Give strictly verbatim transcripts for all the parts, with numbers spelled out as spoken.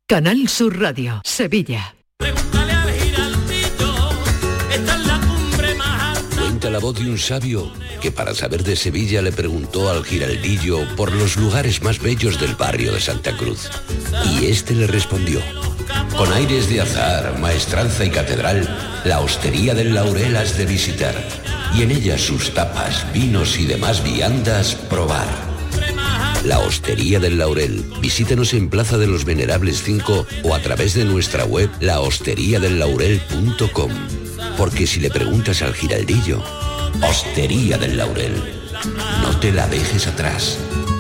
Canal Sur Radio, Sevilla. Cuenta la voz de un sabio que para saber de Sevilla le preguntó al giraldillo por los lugares más bellos del barrio de Santa Cruz. Y este le respondió: con aires de azar, maestranza y catedral, la hostería del Laurel has de visitar, y en ella sus tapas, vinos y demás viandas probar. La Hostería del Laurel. Visítenos en Plaza de los Venerables cinco o a través de nuestra web la hostería del laurel punto com. Porque si le preguntas al giraldillo, Hostería del Laurel, no te la dejes atrás.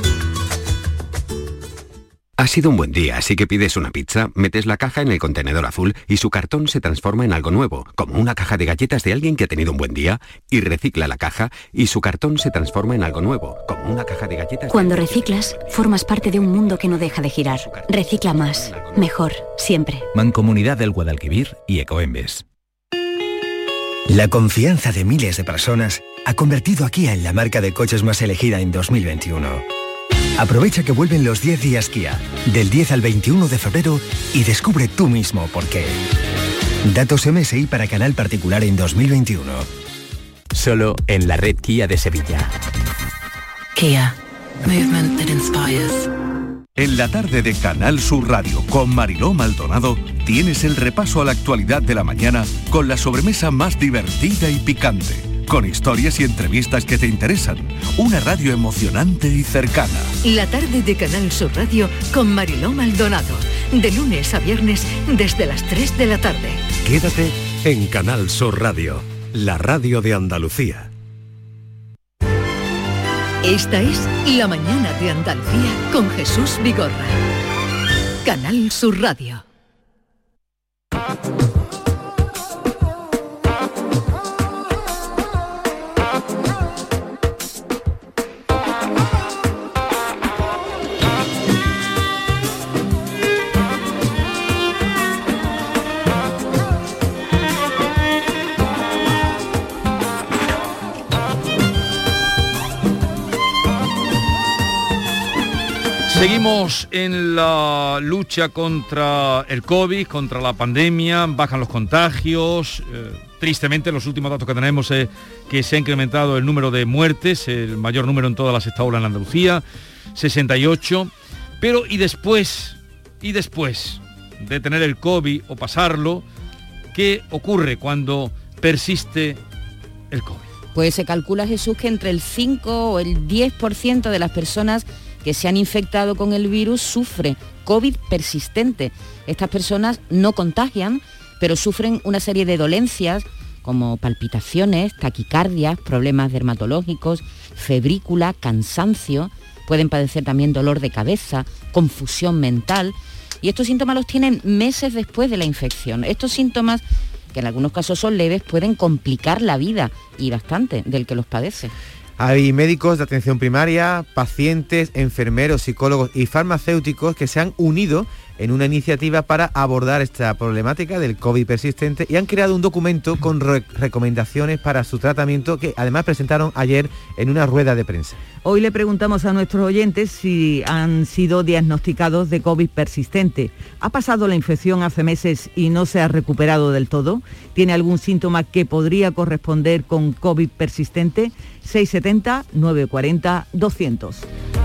Ha sido un buen día, así que pides una pizza, metes la caja en el contenedor azul y su cartón se transforma en algo nuevo, como una caja de galletas de alguien que ha tenido un buen día, y recicla la caja y su cartón se transforma en algo nuevo, como una caja de galletas... Cuando reciclas, formas parte de un mundo que no deja de girar. Recicla más, mejor, siempre. Mancomunidad del Guadalquivir y Ecoembes. La confianza de miles de personas ha convertido a Kia en la marca de coches más elegida en dos mil veintiuno. Aprovecha que vuelven los diez días Kia, del diez al veintiuno de febrero, y descubre tú mismo por qué. Datos M S I para canal particular en dos mil veintiuno. Solo en la red Kia de Sevilla. Kia. Movement that inspires. En la tarde de Canal Sur Radio con Mariló Maldonado tienes el repaso a la actualidad de la mañana con la sobremesa más divertida y picante, con historias y entrevistas que te interesan. Una radio emocionante y cercana. La tarde de Canal Sur Radio con Mariló Maldonado. De lunes a viernes desde las tres de la tarde. Quédate en Canal Sur Radio, la radio de Andalucía. Esta es La Mañana de Andalucía con Jesús Vigorra. Canal Sur Radio. Seguimos en la lucha contra el COVID, contra la pandemia, bajan los contagios. Eh, tristemente, los últimos datos que tenemos es que se ha incrementado el número de muertes, el mayor número en todas las sexta-ola en Andalucía, sesenta y ocho. Pero, ¿y después? ¿Y después de tener el COVID o pasarlo? ¿Qué ocurre cuando persiste el COVID? Pues se calcula, Jesús, que entre el cinco o el diez por ciento de las personas que se han infectado con el virus sufre COVID persistente. Estas personas no contagian, pero sufren una serie de dolencias como palpitaciones, taquicardias, problemas dermatológicos, febrícula, cansancio. Pueden padecer también dolor de cabeza, confusión mental. Y estos síntomas los tienen meses después de la infección. Estos síntomas, que en algunos casos son leves, pueden complicar la vida y bastante del que los padece. Hay médicos de atención primaria, pacientes, enfermeros, psicólogos y farmacéuticos que se han unido en una iniciativa para abordar esta problemática del COVID persistente y han creado un documento con re- recomendaciones para su tratamiento que además presentaron ayer en una rueda de prensa. Hoy le preguntamos a nuestros oyentes si han sido diagnosticados de COVID persistente. ¿Ha pasado la infección hace meses y no se ha recuperado del todo? ¿Tiene algún síntoma que podría corresponder con COVID persistente? seis setenta, nueve cuarenta, doscientos.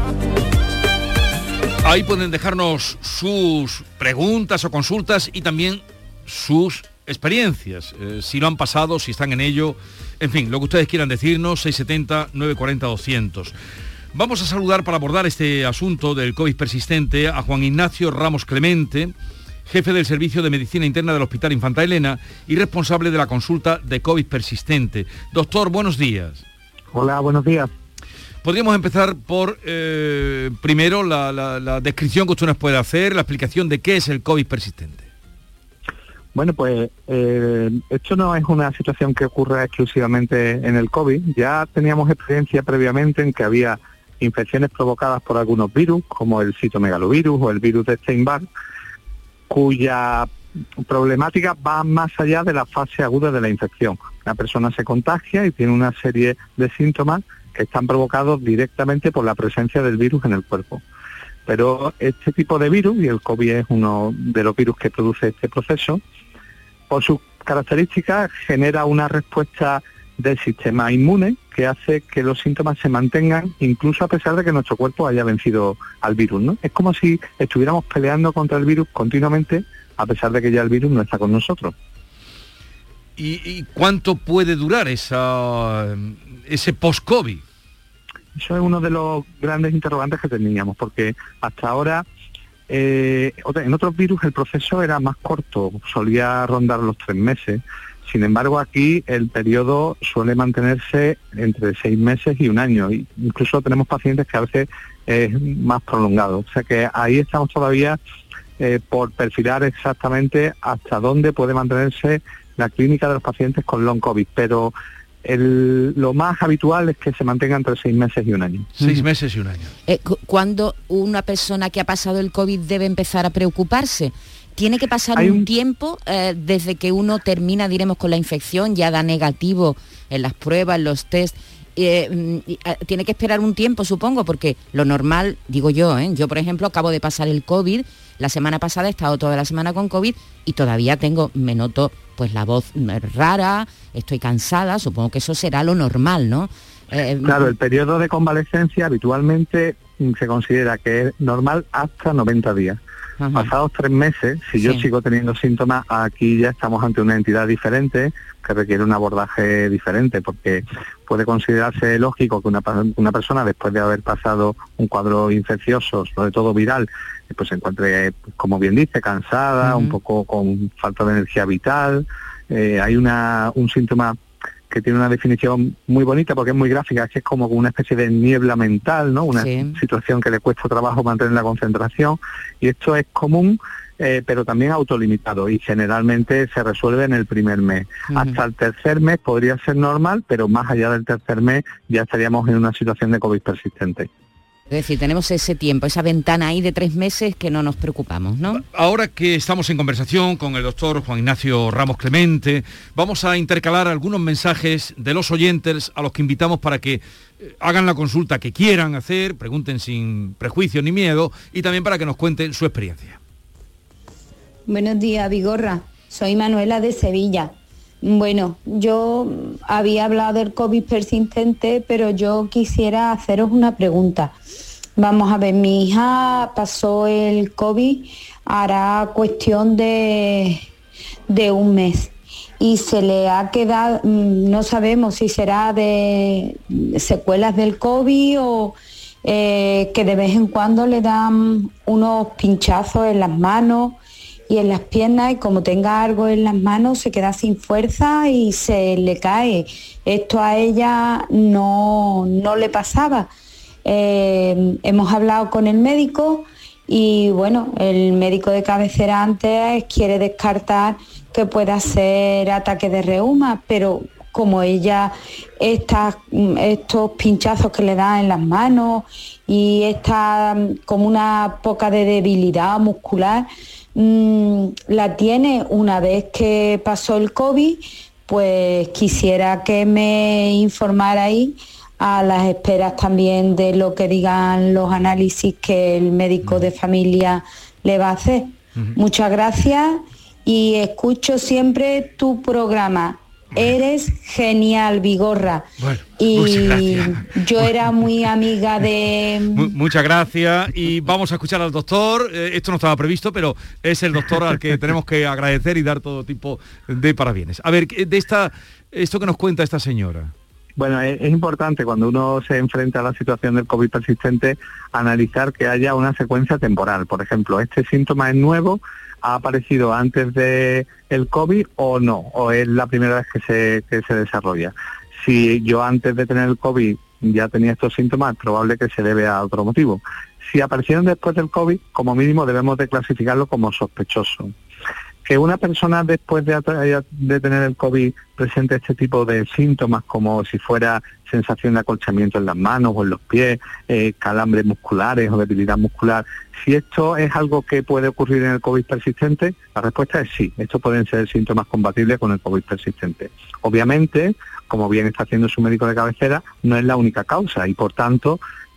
Ahí pueden dejarnos sus preguntas o consultas y también sus experiencias, eh, si lo han pasado, si están en ello, en fin, lo que ustedes quieran decirnos, seis setenta, nueve cuarenta, doscientos. Vamos a saludar para abordar este asunto del COVID persistente a Juan Ignacio Ramos Clemente, jefe del Servicio de Medicina Interna del Hospital Infanta Elena y responsable de la consulta de COVID persistente. Doctor, buenos días. Hola, buenos días. Podríamos empezar por, eh, primero, la, la, la descripción que usted nos puede hacer, la explicación de qué es el COVID persistente. Bueno, pues eh, esto no es una situación que ocurra exclusivamente en el COVID. Ya teníamos experiencia previamente en que había infecciones provocadas por algunos virus, como el citomegalovirus o el virus de Epstein-Barr, cuya problemática va más allá de la fase aguda de la infección. La persona se contagia y tiene una serie de síntomas que están provocados directamente por la presencia del virus en el cuerpo. Pero este tipo de virus, y el COVID es uno de los virus que produce este proceso, por sus características genera una respuesta del sistema inmune que hace que los síntomas se mantengan incluso a pesar de que nuestro cuerpo haya vencido al virus, ¿no? Es como si estuviéramos peleando contra el virus continuamente a pesar de que ya el virus no está con nosotros. ¿Y, y cuánto puede durar esa, ese post-COVID? Eso es uno de los grandes interrogantes que teníamos, porque hasta ahora eh, en otros virus el proceso era más corto, solía rondar los tres meses. Sin embargo, aquí el periodo suele mantenerse entre seis meses y un año. Incluso tenemos pacientes que a veces es más prolongado. O sea que ahí estamos todavía eh, por perfilar exactamente hasta dónde puede mantenerse la clínica de los pacientes con long COVID. Pero el, lo más habitual es que se mantenga entre seis meses y un año. Seis meses y un año. Eh, ¿Cuándo una persona que ha pasado el COVID debe empezar a preocuparse? ¿Tiene que pasar un, un tiempo eh, desde que uno termina, diremos, con la infección, ya da negativo en las pruebas, en los test? Eh, tiene que esperar un tiempo, supongo, porque lo normal, digo yo, ¿eh? yo por ejemplo acabo de pasar el COVID, la semana pasada he estado toda la semana con COVID y todavía tengo, me noto pues la voz rara, estoy cansada, supongo que eso será lo normal, ¿no? Eh, claro, el periodo de convalescencia habitualmente se considera que es normal hasta noventa días. Ajá. Pasados tres meses, si sí. yo sigo teniendo síntomas, aquí ya estamos ante una entidad diferente que requiere un abordaje diferente, porque puede considerarse lógico que una, una persona, después de haber pasado un cuadro infeccioso, sobre todo viral, pues se encuentre, como bien dice, cansada, uh-huh. un poco con falta de energía vital. Eh, hay una un síntoma que tiene una definición muy bonita porque es muy gráfica, es que es como una especie de niebla mental, ¿no? Una sí. situación que le cuesta trabajo mantener la concentración, y esto es común, eh, pero también autolimitado, y generalmente se resuelve en el primer mes. Uh-huh. Hasta el tercer mes podría ser normal, pero más allá del tercer mes ya estaríamos en una situación de COVID persistente. Es decir, tenemos ese tiempo, esa ventana ahí de tres meses que no nos preocupamos, ¿no? Ahora que estamos en conversación con el doctor Juan Ignacio Ramos Clemente, vamos a intercalar algunos mensajes de los oyentes a los que invitamos para que hagan la consulta que quieran hacer, pregunten sin prejuicio ni miedo, y también para que nos cuenten su experiencia. Buenos días, Vigorra. Soy Manuela de Sevilla. Bueno, yo había hablado del COVID persistente, pero yo quisiera haceros una pregunta. Vamos a ver, mi hija pasó el COVID, hará cuestión de, de un mes, y se le ha quedado, no sabemos si será de secuelas del COVID o eh, que de vez en cuando le dan unos pinchazos en las manos y en las piernas, y como tenga algo en las manos se queda sin fuerza y se le cae. Esto a ella no, no le pasaba. Eh, hemos hablado con el médico y bueno, el médico de cabecera antes quiere descartar que pueda ser ataque de reuma, pero como ella, estas, estos pinchazos que le dan en las manos y está como una poca de debilidad muscular, mmm, la tiene una vez que pasó el COVID, pues quisiera que me informara ahí a las esperas también de lo que digan los análisis que el médico de familia le va a hacer. Uh-huh. Muchas gracias y escucho siempre tu programa. Eres genial, Vigorra. Bueno, y yo era muy amiga de... Muchas gracias y vamos a escuchar al doctor. Eh, esto no estaba previsto, pero es el doctor al que tenemos que agradecer y dar todo tipo de parabienes. A ver, de esta, esto que nos cuenta esta señora. Bueno, es, es importante cuando uno se enfrenta a la situación del COVID persistente analizar que haya una secuencia temporal. Por ejemplo, este síntoma es nuevo, ha aparecido antes de el COVID o no, o es la primera vez que se, que se desarrolla. Si yo antes de tener el COVID ya tenía estos síntomas, es probable que se debe a otro motivo. Si aparecieron después del COVID, como mínimo debemos de clasificarlo como sospechoso. Que una persona después de, de tener el COVID presente este tipo de síntomas, como si fuera sensación de acolchamiento en las manos o en los pies, eh, calambres musculares o debilidad muscular, si esto es algo que puede ocurrir en el COVID persistente, la respuesta es sí, estos pueden ser síntomas compatibles con el COVID persistente. Obviamente, como bien está haciendo su médico de cabecera, no es la única causa y por tanto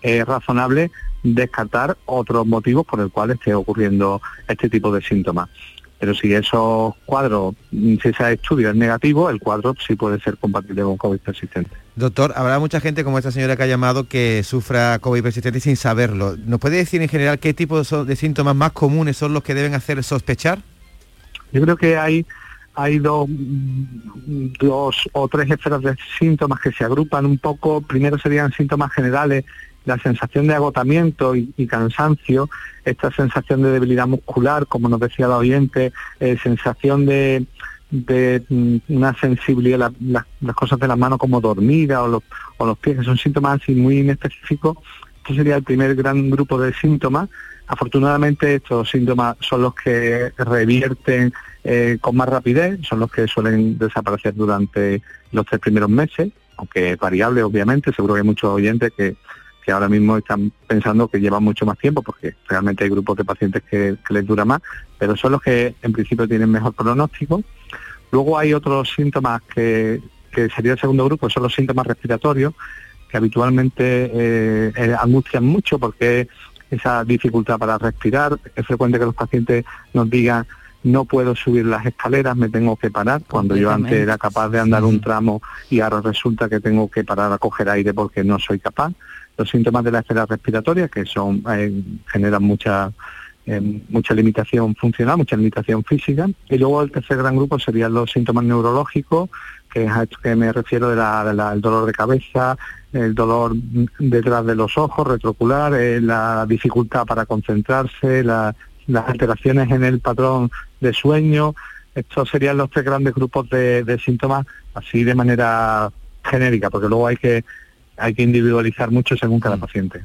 es razonable descartar otros motivos por el cual esté ocurriendo este tipo de síntomas. Pero si esos cuadros, si ese estudio es negativo, el cuadro sí puede ser compatible con COVID persistente. Doctor, habrá mucha gente como esta señora que ha llamado que sufra COVID persistente sin saberlo. ¿Nos puede decir en general qué tipo de síntomas más comunes son los que deben hacer sospechar? Yo creo que hay, hay dos, dos o tres esferas de síntomas que se agrupan un poco. Primero serían síntomas generales, la sensación de agotamiento y, y cansancio, esta sensación de debilidad muscular, como nos decía la oyente, eh, sensación de, de una sensibilidad, la, la, las cosas de las manos como dormida o los, o los pies, que son síntomas así muy inespecíficos. Este sería el primer gran grupo de síntomas. Afortunadamente estos síntomas son los que revierten eh, con más rapidez, son los que suelen desaparecer durante los tres primeros meses, aunque es variable obviamente. Seguro que hay muchos oyentes que que ahora mismo están pensando que llevan mucho más tiempo, porque realmente hay grupos de pacientes que, que les dura más, pero son los que en principio tienen mejor pronóstico. Luego hay otros síntomas que, que sería el segundo grupo, son los síntomas respiratorios, que habitualmente eh, eh, angustian mucho porque esa dificultad para respirar. Es frecuente que los pacientes nos digan: no puedo subir las escaleras, me tengo que parar, cuando yo antes era capaz de andar un tramo y ahora resulta que tengo que parar a coger aire porque no soy capaz. Los síntomas de la esfera respiratoria, que son eh, generan mucha eh, mucha limitación funcional, mucha limitación física. Y luego el tercer gran grupo serían los síntomas neurológicos, que es a esto que me refiero del de la, el dolor de cabeza, el dolor detrás de los ojos, retroocular, eh, la dificultad para concentrarse, la, las alteraciones en el patrón de sueño. Estos serían los tres grandes grupos de, de síntomas, así de manera genérica, porque luego hay que hay que individualizar mucho según cada paciente.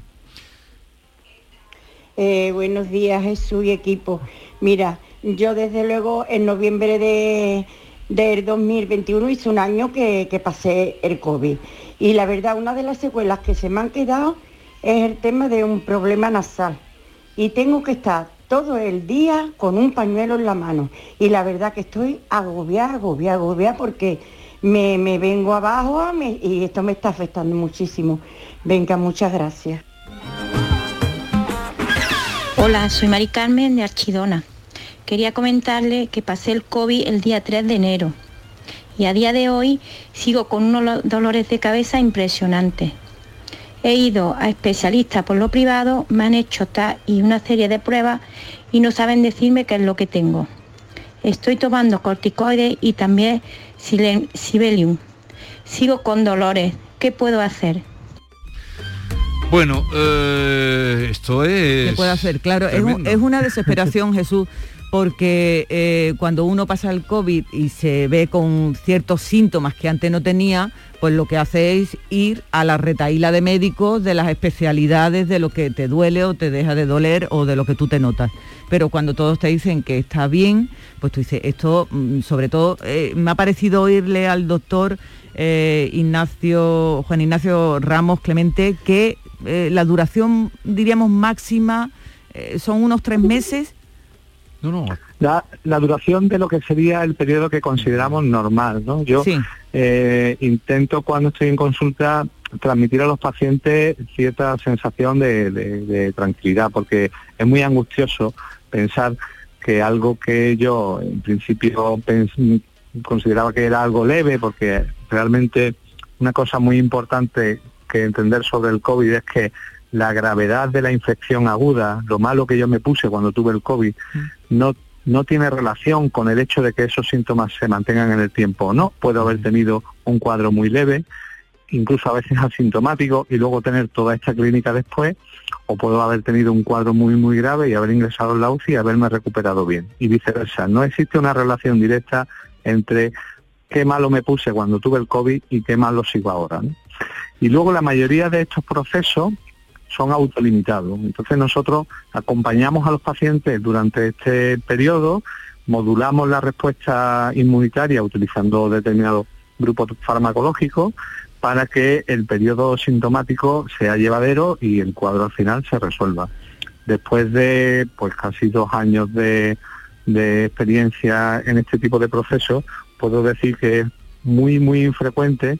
Eh, buenos días, Jesús y equipo. Mira, yo desde luego en noviembre de, del dos mil veintiuno hice un año que, que pasé el COVID. Y la verdad, una de las secuelas que se me han quedado es el tema de un problema nasal. Y tengo que estar todo el día con un pañuelo en la mano. Y la verdad que estoy agobiada, agobiada, agobiada porque Me, me vengo abajo me, y esto me está afectando muchísimo. Venga, muchas gracias. Hola, soy Mari Carmen de Archidona. Quería comentarle que pasé el COVID el día tres de enero y a día de hoy sigo con unos dolores de cabeza impresionantes. He ido a especialistas por lo privado, me han hecho test y una serie de pruebas y no saben decirme qué es lo que tengo. Estoy tomando corticoides y también Sibelium. Sigo con dolores. ¿Qué puedo hacer? Bueno, eh, esto es... ¿Qué puede hacer? Claro, es, un, es una desesperación, Jesús, porque eh, cuando uno pasa el COVID y se ve con ciertos síntomas que antes no tenía, pues lo que hace es ir a la retahíla de médicos de las especialidades de lo que te duele o te deja de doler o de lo que tú te notas. Pero cuando todos te dicen que está bien, pues tú dices, esto, sobre todo, eh, me ha parecido oírle al doctor eh, Ignacio, Juan Ignacio Ramos Clemente, que eh, la duración, diríamos, máxima eh, son unos tres meses. No, no. La, la duración de lo que sería el periodo que consideramos normal, ¿no? Yo sí. eh, intento cuando estoy en consulta transmitir a los pacientes cierta sensación de, de, de tranquilidad, porque es muy angustioso pensar que algo que yo en principio pens- consideraba que era algo leve, porque realmente una cosa muy importante que entender sobre el COVID es que la gravedad de la infección aguda, lo malo que yo me puse cuando tuve el COVID, no, no tiene relación con el hecho de que esos síntomas se mantengan en el tiempo o no. Puedo haber tenido un cuadro muy leve, incluso a veces asintomático, y luego tener toda esta clínica después, o puedo haber tenido un cuadro muy muy grave y haber ingresado en la U C I y haberme recuperado bien, y viceversa. No existe una relación directa entre qué malo me puse cuando tuve el COVID y qué malo sigo ahora, ¿no? Y luego la mayoría de estos procesos son autolimitados. Entonces nosotros acompañamos a los pacientes durante este periodo, modulamos la respuesta inmunitaria utilizando determinados grupos farmacológicos para que el periodo sintomático sea llevadero y el cuadro al final se resuelva. Después de pues casi dos años de, de experiencia en este tipo de procesos, puedo decir que es muy muy infrecuente que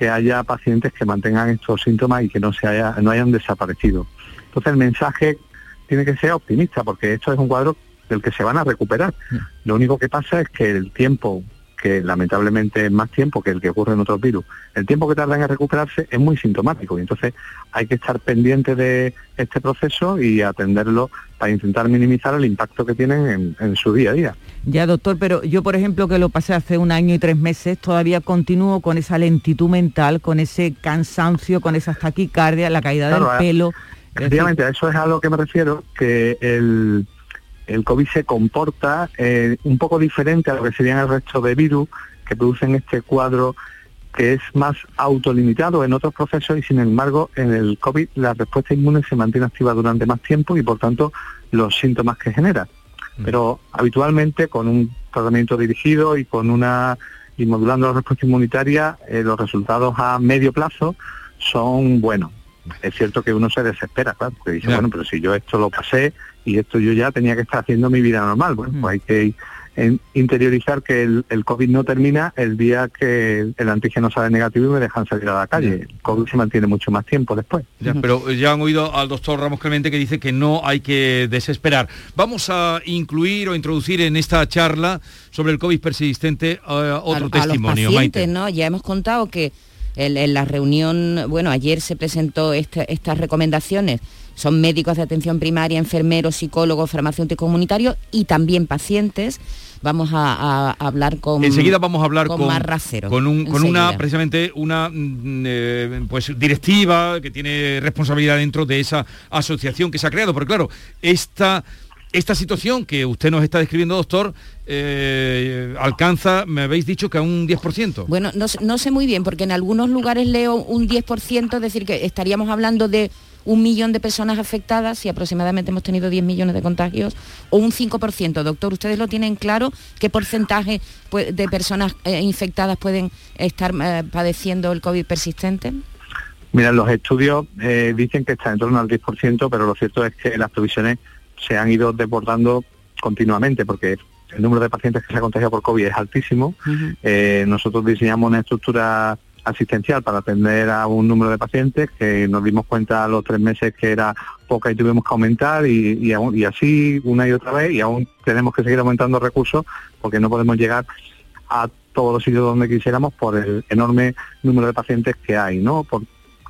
que haya pacientes que mantengan estos síntomas y que no se haya, no hayan desaparecido. Entonces el mensaje tiene que ser optimista, porque esto es un cuadro del que se van a recuperar. Lo único que pasa es que el tiempo, que lamentablemente es más tiempo que el que ocurre en otros virus, el tiempo que tardan en recuperarse es muy sintomático, y entonces hay que estar pendiente de este proceso y atenderlo para intentar minimizar el impacto que tienen en, en su día a día. Ya, doctor, pero yo, por ejemplo, que lo pasé hace un año y tres meses, todavía continúo con esa lentitud mental, con ese cansancio, con esa taquicardia, la caída claro, del pelo. Efectivamente, a eso es a lo que me refiero, que el... el COVID se comporta eh, un poco diferente a lo que serían el resto de virus que producen este cuadro que es más autolimitado en otros procesos, y sin embargo en el COVID la respuesta inmune se mantiene activa durante más tiempo y por tanto los síntomas que genera. Pero habitualmente con un tratamiento dirigido y con una y modulando la respuesta inmunitaria, eh, los resultados a medio plazo son buenos. Es cierto que uno se desespera, claro, porque dice, yeah. bueno, pero si yo esto lo pasé y esto yo ya tenía que estar haciendo mi vida normal. Bueno, mm. pues hay que en, interiorizar que el, el COVID no termina el día que el antígeno sale negativo y me dejan salir a la calle. Yeah. El COVID se mantiene mucho más tiempo después. Ya, pero ya han oído al doctor Ramos Clemente que dice que no hay que desesperar. Vamos a incluir o introducir en esta charla sobre el COVID persistente uh, otro a, testimonio. A los pacientes, ¿no? Ya hemos contado que En, en la reunión, bueno, ayer se presentó este, estas recomendaciones, son médicos de atención primaria, enfermeros, psicólogos, farmacéuticos comunitarios y también pacientes. Vamos a, a hablar con enseguida vamos a hablar con, con Mar Racero, con, un, con una precisamente una eh, pues directiva que tiene responsabilidad dentro de esa asociación que se ha creado, porque claro, esta Esta situación que usted nos está describiendo, doctor, eh, alcanza, me habéis dicho que a un diez por ciento. Bueno, no, no sé muy bien, porque en algunos lugares leo un diez por ciento, es decir, que estaríamos hablando de un millón de personas afectadas y aproximadamente hemos tenido diez millones de contagios, o un cinco por ciento. Doctor, ¿ustedes lo tienen claro? ¿Qué porcentaje de personas eh, infectadas pueden estar eh, padeciendo el COVID persistente? Mira, los estudios eh, dicen que está en torno al diez por ciento, pero lo cierto es que las previsiones se han ido desbordando continuamente, porque el número de pacientes que se ha contagiado por COVID es altísimo. Uh-huh. Eh, nosotros diseñamos una estructura asistencial para atender a un número de pacientes que nos dimos cuenta a los tres meses que era poca y tuvimos que aumentar, y, y, aún, y así una y otra vez, y aún tenemos que seguir aumentando recursos porque no podemos llegar a todos los sitios donde quisiéramos por el enorme número de pacientes que hay, ¿no? Por,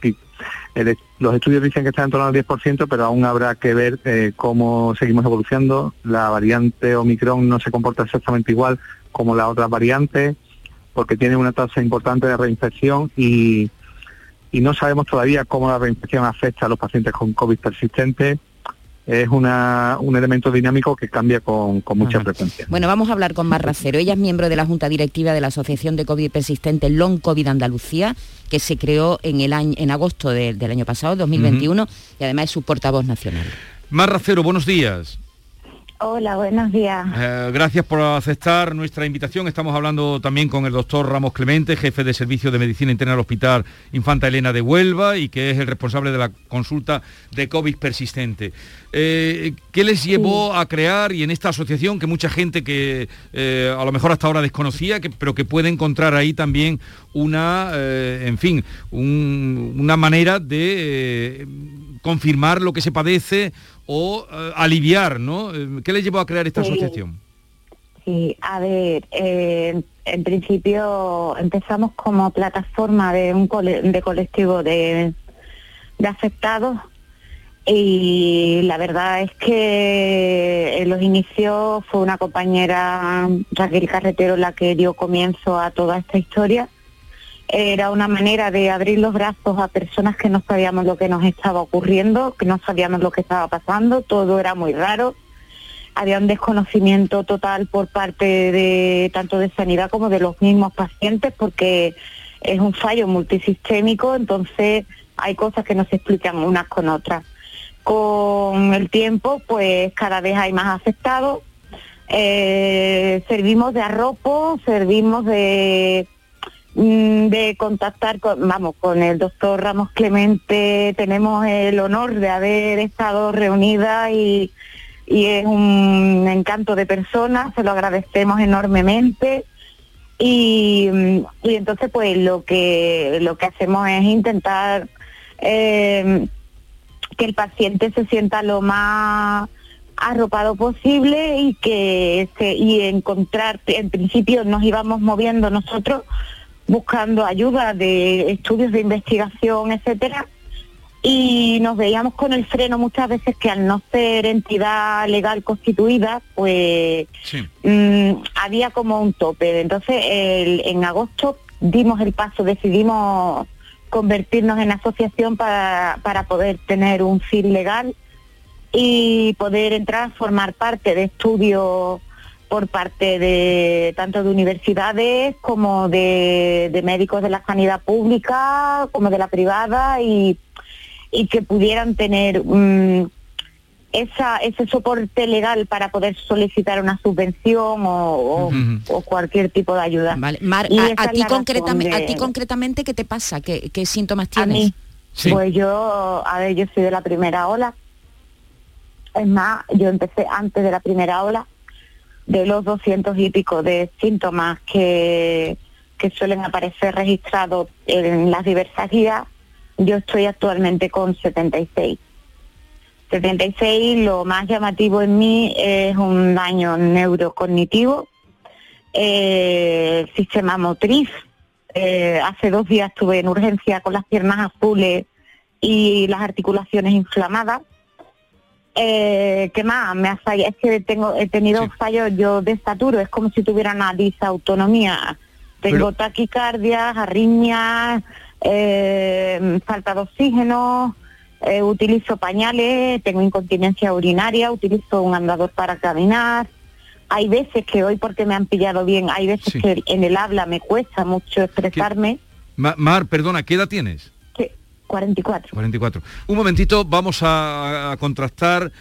El, los estudios dicen que está en torno al diez por ciento, pero aún habrá que ver eh, cómo seguimos evolucionando. La variante Omicron no se comporta exactamente igual como las otras variantes, porque tiene una tasa importante de reinfección y, y no sabemos todavía cómo la reinfección afecta a los pacientes con COVID persistente. Es una, un elemento dinámico que cambia con, con mucha Ajá. frecuencia. Bueno, vamos a hablar con Mar Racero. Ella es miembro de la Junta Directiva de la Asociación de COVID Persistente Long COVID Andalucía, que se creó en el año, en agosto de, del año pasado, dos mil veintiuno, uh-huh. y además es su portavoz nacional. Mar Racero, buenos días. Hola, buenos días. Eh, gracias por aceptar nuestra invitación. Estamos hablando también con el doctor Ramos Clemente, jefe de Servicio de Medicina Interna del Hospital Infanta Elena de Huelva y que es el responsable de la consulta de COVID persistente. Eh, ¿Qué les llevó sí. a crear, y en esta asociación, que mucha gente que eh, a lo mejor hasta ahora desconocía, que, pero que puede encontrar ahí también una, eh, en fin, un, una manera de eh, confirmar lo que se padece o uh, aliviar, ¿no? ¿Qué les llevó a crear esta sí, asociación? Sí, a ver, eh, en principio empezamos como plataforma de un cole, de colectivo de, de afectados, y la verdad es que en los inicios fue una compañera, Raquel Carretero, la que dio comienzo a toda esta historia. Era una manera de abrir los brazos a personas que no sabíamos lo que nos estaba ocurriendo, que no sabíamos lo que estaba pasando, todo era muy raro. Había un desconocimiento total por parte de tanto de sanidad como de los mismos pacientes, porque es un fallo multisistémico, entonces hay cosas que no se explican unas con otras. Con el tiempo, pues cada vez hay más afectados. Eh, servimos de arropo, servimos de... de contactar con, vamos, con el doctor Ramos Clemente. Tenemos el honor de haber estado reunidas y, y es un encanto de personas, se lo agradecemos enormemente, Y, y entonces pues lo que lo que hacemos es intentar eh, que el paciente se sienta lo más arropado posible y que se, y encontrar, en principio nos íbamos moviendo nosotros buscando ayuda de estudios de investigación, etcétera, y nos veíamos con el freno muchas veces que al no ser entidad legal constituida, pues sí. mmm, había como un tope. Entonces el, en agosto dimos el paso, decidimos convertirnos en asociación para, para poder tener un F I L legal y poder entrar a formar parte de estudios por parte de tanto de universidades como de, de médicos de la sanidad pública, como de la privada, y y que pudieran tener um, esa, ese soporte legal para poder solicitar una subvención o, o, uh-huh. o cualquier tipo de ayuda. Vale. Mar, a, a, ti concretamente, de... ¿A ti concretamente qué te pasa? ¿Qué, qué síntomas tienes? A mí, sí. Pues yo, a ver, yo soy de la primera ola. Es más, yo empecé antes de la primera ola, de los doscientos y pico de síntomas que, que suelen aparecer registrados en las diversas guías. Yo estoy actualmente con setenta y seis. setenta y seis, lo más llamativo en mí es un daño neurocognitivo, eh, sistema motriz. Eh, hace dos días estuve en urgencia con las piernas azules y las articulaciones inflamadas. Eh, ¿Qué más? Me ha fallado, es que tengo, he tenido sí. fallos yo de estatura, es como si tuviera una disautonomía. Tengo Pero... taquicardias, arritmias, eh, falta de oxígeno, eh, utilizo pañales, tengo incontinencia urinaria, utilizo un andador para caminar. Hay veces que hoy, porque me han pillado bien, hay veces sí. que en el habla me cuesta mucho expresarme. Ma- Mar, perdona, ¿qué edad tienes? Sí, cuarenta y cuatro. cuarenta y cuatro. Un momentito, vamos a, a contrastar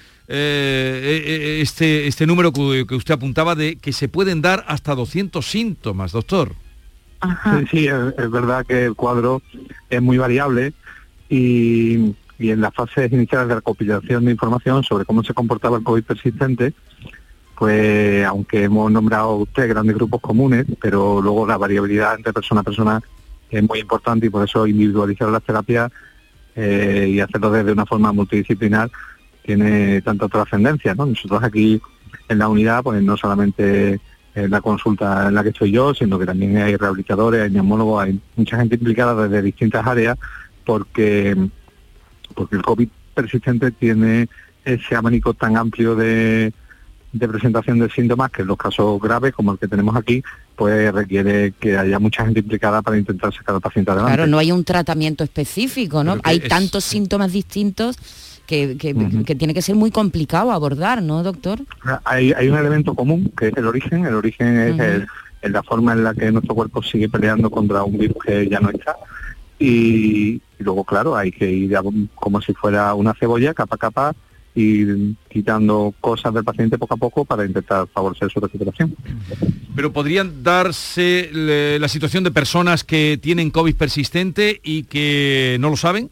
eh, este, este número que, que usted apuntaba de que se pueden dar hasta doscientos síntomas, doctor. Ajá. Sí, sí, es, es verdad que el cuadro es muy variable y, y en las fases iniciales de recopilación de información sobre cómo se comportaba el COVID persistente, pues aunque hemos nombrado tres grandes grupos comunes, pero luego la variabilidad entre persona a persona es muy importante y por eso individualizar las terapias eh, y hacerlo desde una forma multidisciplinar tiene tanta trascendencia, ¿no? Nosotros aquí en la unidad, pues no solamente en la consulta en la que estoy yo, sino que también hay rehabilitadores, hay neumólogos, hay mucha gente implicada desde distintas áreas, porque porque el COVID persistente tiene ese abanico tan amplio de, de presentación de síntomas que en los casos graves, como el que tenemos aquí, pues requiere que haya mucha gente implicada para intentar sacar al paciente adelante. Claro, no hay un tratamiento específico, ¿no? Hay es... tantos síntomas distintos que, que, uh-huh. que tiene que ser muy complicado abordar, ¿no, doctor? Hay, hay un elemento común, que es el origen. El origen es uh-huh. el, el, la forma en la que nuestro cuerpo sigue peleando contra un virus que ya no está. Y, y luego, claro, hay que ir a, como si fuera una cebolla, capa a capa, ir quitando cosas del paciente poco a poco para intentar favorecer su recuperación. Pero podrían darse le, la situación de personas que tienen COVID persistente y que no lo saben.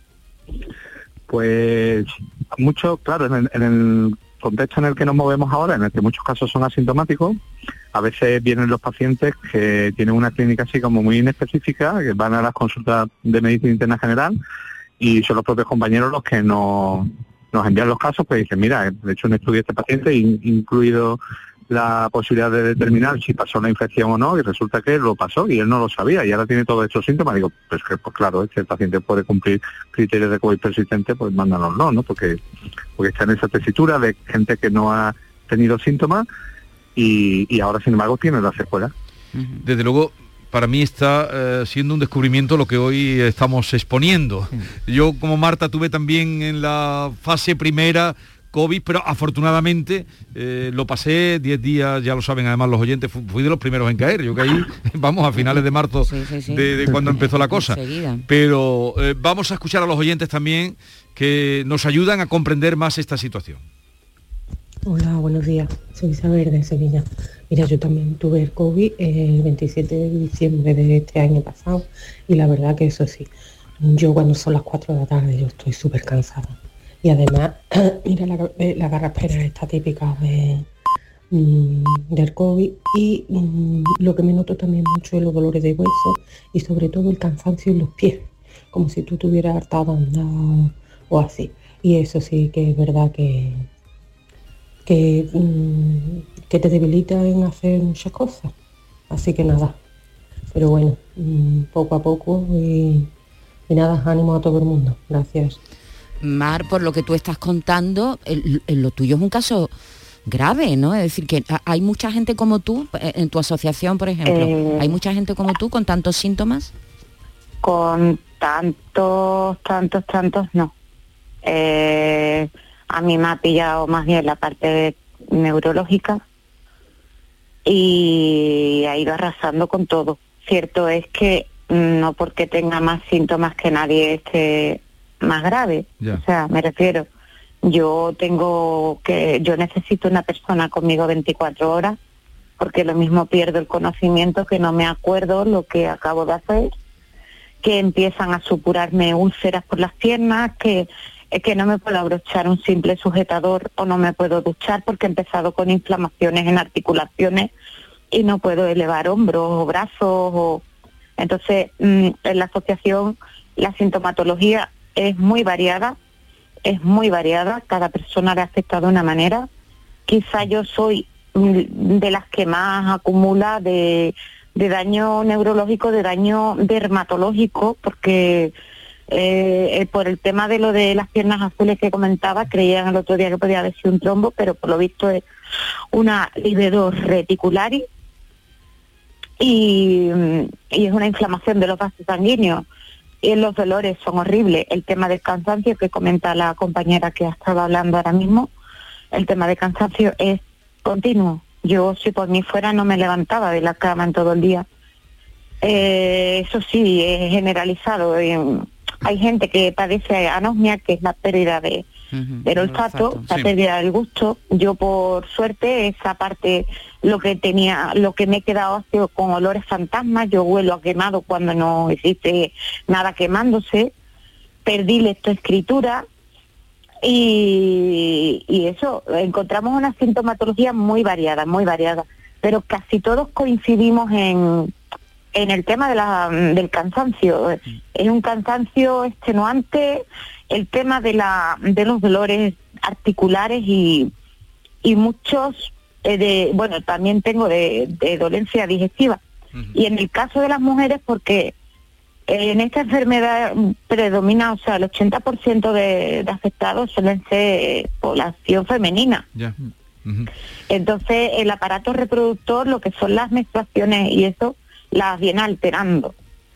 Pues mucho, claro, en el, en el contexto en el que nos movemos ahora, en el que muchos casos son asintomáticos, a veces vienen los pacientes que tienen una clínica así como muy inespecífica, que van a las consultas de medicina interna general y son los propios compañeros los que nos, nos envían los casos, pues dicen, mira, he hecho un estudio de este paciente, incluido la posibilidad de determinar si pasó la infección o no, y resulta que lo pasó y él no lo sabía y ahora tiene todos estos síntomas. Digo, pues que pues claro, si el paciente puede cumplir criterios de COVID persistente, pues mándanoslo, ¿no? Porque, porque está en esa tesitura de gente que no ha tenido síntomas y, y ahora, sin embargo, tiene la secuela. Desde luego, para mí está eh, siendo un descubrimiento lo que hoy estamos exponiendo. Sí. Yo, como Marta, tuve también en la fase primera COVID, pero afortunadamente eh, lo pasé diez días, ya lo saben además los oyentes, fui, fui de los primeros en caer, yo caí, vamos, a finales de marzo sí, sí, sí. De, de cuando empezó la cosa. Pero eh, vamos a escuchar a los oyentes también que nos ayudan a comprender más esta situación. Hola, buenos días, soy Isabel de Sevilla. Mira, yo también tuve el COVID el veintisiete de diciembre de este año pasado y la verdad que eso sí, yo cuando son las cuatro de la tarde yo estoy súper cansada. Y además, mira la, la garraspera esta típica de, mmm, del COVID y mmm, lo que me noto también mucho es los dolores de hueso y sobre todo el cansancio en los pies, como si tú tuvieras hartado de andar o así. Y eso sí que es verdad que, que, mmm, que te debilita en hacer muchas cosas. Así que nada, pero bueno, mmm, poco a poco y, y nada, ánimo a todo el mundo. Gracias. Mar, por lo que tú estás contando, el, el, lo tuyo es un caso grave, ¿no? Es decir, que hay mucha gente como tú, en tu asociación, por ejemplo, eh, ¿hay mucha gente como tú con tantos síntomas? Con tantos, tantos, tantos, no. Eh, a mí me ha pillado más bien la parte neurológica y ha ido arrasando con todo. Cierto es que no porque tenga más síntomas que nadie esté más grave, yeah. O sea, me refiero, yo tengo que, yo necesito una persona conmigo veinticuatro horas, porque lo mismo pierdo el conocimiento, que no me acuerdo lo que acabo de hacer, que empiezan a supurarme úlceras por las piernas, que es que no me puedo abrochar un simple sujetador o no me puedo duchar porque he empezado con inflamaciones en articulaciones y no puedo elevar hombros o brazos. O... Entonces, en la asociación la sintomatología es muy variada, es muy variada, cada persona le afecta de una manera. Quizá yo soy de las que más acumula de, de daño neurológico, de daño dermatológico, porque eh, por el tema de lo de las piernas azules que comentaba, creían el otro día que podía haber sido un trombo, pero por lo visto es una livedo reticularis y, y es una inflamación de los vasos sanguíneos. Y los dolores son horribles. El tema del cansancio que comenta la compañera que ha estado hablando ahora mismo, el tema del cansancio es continuo. Yo, si por mí fuera, no me levantaba de la cama en todo el día. Eh, eso sí, es generalizado. Eh, hay gente que padece anosmia, que es la pérdida de, uh-huh, del olfato, olfato, la sí. pérdida del gusto. Yo, por suerte, esa parte, lo que tenía, lo que me he quedado ha sido con olores fantasmas. Yo huelo a quemado cuando no existe nada quemándose. Perdí lectoescritura y, y eso, encontramos una sintomatología muy variada, muy variada. Pero casi todos coincidimos en, en el tema de la, del cansancio. Es un cansancio extenuante, el tema de la de los dolores articulares y, y muchos... Eh, de, bueno, también tengo de, de dolencia digestiva. Uh-huh. Y en el caso de las mujeres, porque eh, en esta enfermedad predomina, o sea, el ochenta por ciento de, de afectados suelen ser población femenina. Yeah. Uh-huh. Entonces, el aparato reproductor, lo que son las menstruaciones y eso, las viene alterando.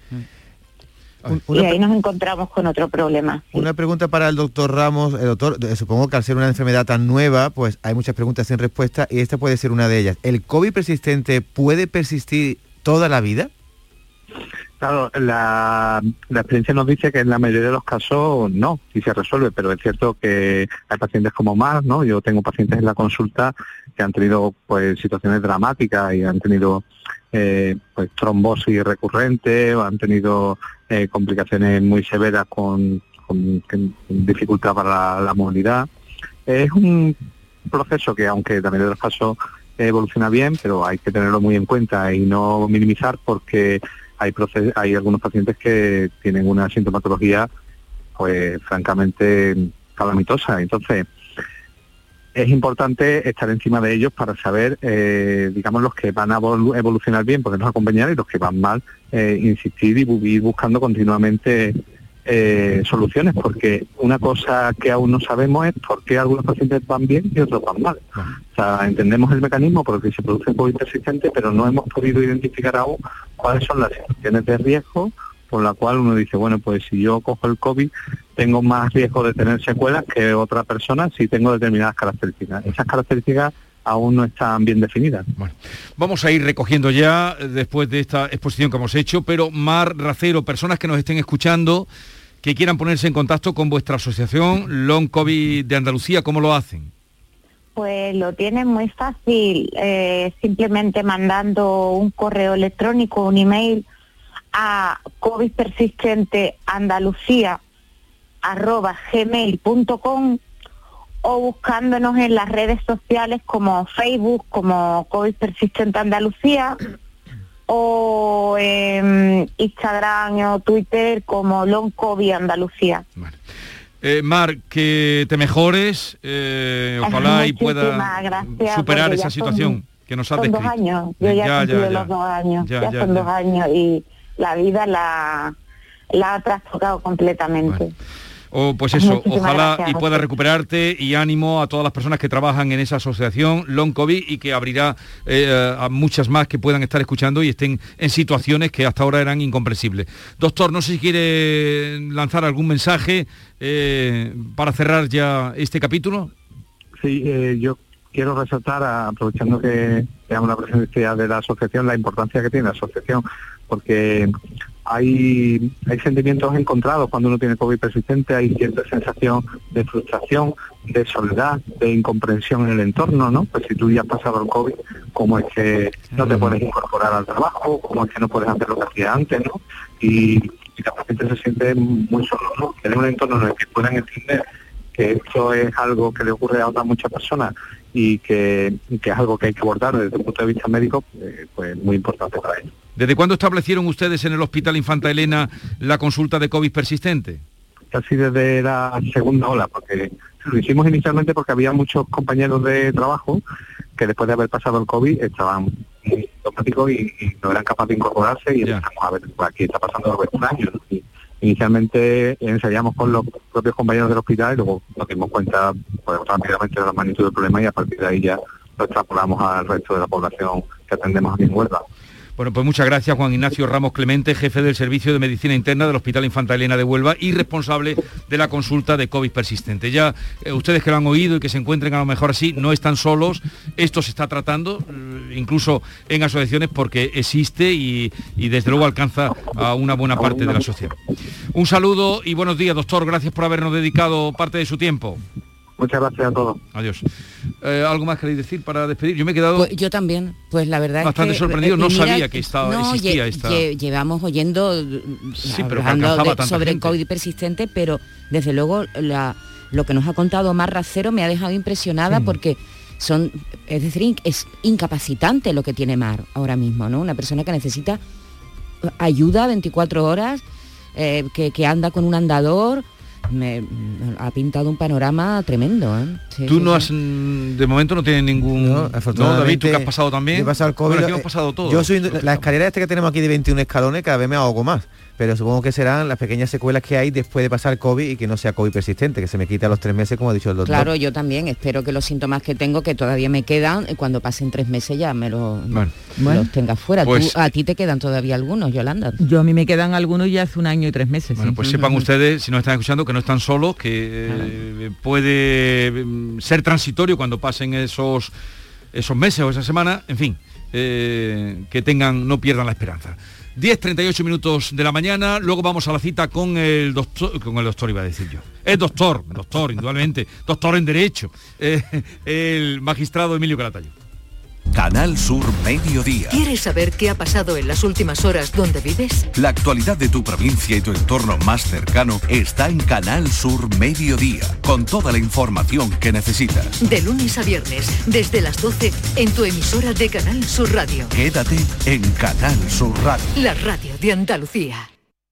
Una y ahí nos encontramos con otro problema. Sí. Una pregunta para el doctor Ramos. El doctor, supongo que al ser una enfermedad tan nueva, pues hay muchas preguntas sin respuesta y esta puede ser una de ellas. ¿El COVID persistente puede persistir toda la vida? Claro, la, la experiencia nos dice que en la mayoría de los casos no, sí se resuelve, pero es cierto que hay pacientes como Mar, ¿no? Yo tengo pacientes en la consulta que han tenido pues situaciones dramáticas y han tenido eh, pues trombosis recurrente o han tenido eh, complicaciones muy severas con, con, con dificultad para la, la movilidad. Es un proceso que, aunque también en los casos evoluciona bien, pero hay que tenerlo muy en cuenta y no minimizar, porque hay proces- hay algunos pacientes que tienen una sintomatología pues francamente calamitosa. Entonces es importante estar encima de ellos para saber, eh, digamos, los que van a evol- evolucionar bien, porque nos acompañan, y los que van mal, eh, insistir y bu- ir buscando continuamente eh, soluciones, porque una cosa que aún no sabemos es por qué algunos pacientes van bien y otros van mal. O sea, entendemos el mecanismo por el que se produce el COVID persistente, pero no hemos podido identificar aún cuáles son las situaciones de riesgo por la cual uno dice, bueno, pues si yo cojo el COVID tengo más riesgo de tener secuelas que otra persona si tengo determinadas características. Esas características aún no están bien definidas. Bueno, vamos a ir recogiendo ya después de esta exposición que hemos hecho, pero Mar Racero, personas que nos estén escuchando, que quieran ponerse en contacto con vuestra asociación Long COVID de Andalucía, ¿cómo lo hacen? Pues lo tienen muy fácil, eh, simplemente mandando un correo electrónico, un email a covid persistente andalucía arroba gmail punto com, o buscándonos en las redes sociales como Facebook, como COVID Persistente Andalucía, o en Instagram o Twitter como Long COVID Andalucía. Bueno. Eh, Mar, que te mejores, eh, ojalá y pueda gracias, superar esa situación son, que nos has descrito. descrito. Dos años, yo ya, ya, ya, ya. los dos años, ya, ya, ya son ya. dos años y la vida la, la ha trastocado completamente. Bueno. Oh, pues eso, Muchísimas ojalá gracias, y pueda recuperarte, y ánimo a todas las personas que trabajan en esa asociación Long COVID, y que abrirá eh, a muchas más que puedan estar escuchando y estén en situaciones que hasta ahora eran incomprensibles. Doctor, no sé si quiere lanzar algún mensaje eh, para cerrar ya este capítulo. Sí, eh, yo quiero resaltar, aprovechando que tenemos la presencia de la asociación, la importancia que tiene la asociación, porque hay hay sentimientos encontrados cuando uno tiene COVID persistente. Hay cierta sensación de frustración, de soledad, de incomprensión en el entorno, ¿no? Pues si tú ya has pasado el COVID, ¿cómo es que no te puedes incorporar al trabajo? ¿Cómo es que no puedes hacer lo que hacías antes, no? Y, y la gente se siente muy solo, ¿no? Tener un entorno en el que puedan entender que esto es algo que le ocurre a otras muchas personas y que, que es algo que hay que abordar desde el punto de vista médico, eh, pues muy importante para ellos. ¿Desde cuándo establecieron ustedes en el Hospital Infanta Elena la consulta de COVID persistente? Casi desde la segunda ola, porque lo hicimos inicialmente porque había muchos compañeros de trabajo que después de haber pasado el COVID estaban muy sintomáticos y, y no eran capaces de incorporarse, y empezamos a ver, pues aquí está pasando algo extraño, ¿no? Y inicialmente ensayamos con los propios compañeros del hospital y luego nos dimos cuenta pues, rápidamente de la magnitud del problema, y a partir de ahí ya lo extrapolamos al resto de la población que atendemos aquí en Huelva. Bueno, pues muchas gracias, Juan Ignacio Ramos Clemente, jefe del Servicio de Medicina Interna del Hospital Infanta Elena de Huelva y responsable de la consulta de COVID persistente. Ya eh, ustedes que lo han oído y que se encuentren a lo mejor así, no están solos, esto se está tratando, eh, incluso en asociaciones, porque existe y, y desde luego alcanza a una buena parte de la sociedad. Un saludo y buenos días, doctor, gracias por habernos dedicado parte de su tiempo. Muchas gracias a todos. Adiós. Eh, ¿Algo más queréis decir para despedir? Yo me he quedado... Pues yo también, pues la verdad bastante es que... sorprendido, no mira, sabía que estaba, no, existía lle, esta... Lle, llevamos oyendo sí, pero hablando de, sobre gente. el COVID persistente, pero desde luego la, lo que nos ha contado Mar Racero me ha dejado impresionada, sí. Porque son, es decir, es incapacitante lo que tiene Mar ahora mismo, ¿no? Una persona que necesita ayuda veinticuatro horas, eh, que, que anda con un andador. Me ha pintado un panorama tremendo, ¿eh? Sí, tú sí, no sí. has, de momento no tienes ningún... No, afortunadamente, no, David, tú que has pasado también. Yo he pasado el COVID. Bueno, aquí hemos pasado todo. Yo soy, la escalera esta que tenemos aquí de veintiún escalones, cada vez me ahogo más. Pero supongo que serán las pequeñas secuelas que hay después de pasar el COVID y que no sea COVID persistente, que se me quita a los tres meses, como ha dicho el doctor. Claro, yo también. Espero que los síntomas que tengo, que todavía me quedan, cuando pasen tres meses ya me, lo, bueno. me los tengas fuera. Pues, Tú, a ti te quedan todavía algunos, Yolanda. Yo a mí me quedan algunos ya hace un año y tres meses. Bueno, sí. pues sepan ustedes, si no están escuchando, que no están solos, que eh, puede ser transitorio cuando pasen esos, esos meses o esa semana, en fin, eh, que tengan, no pierdan la esperanza. diez treinta y ocho minutos de la mañana, luego vamos a la cita con el doctor, con el doctor iba a decir yo, el doctor, doctor, indudablemente, doctor en Derecho, eh, el magistrado Emilio Calatayud. Canal Sur Mediodía. ¿Quieres saber qué ha pasado en las últimas horas donde vives? La actualidad de tu provincia y tu entorno más cercano está en Canal Sur Mediodía, con toda la información que necesitas. De lunes a viernes, desde las doce, en tu emisora de Canal Sur Radio. Quédate en Canal Sur Radio. La radio de Andalucía.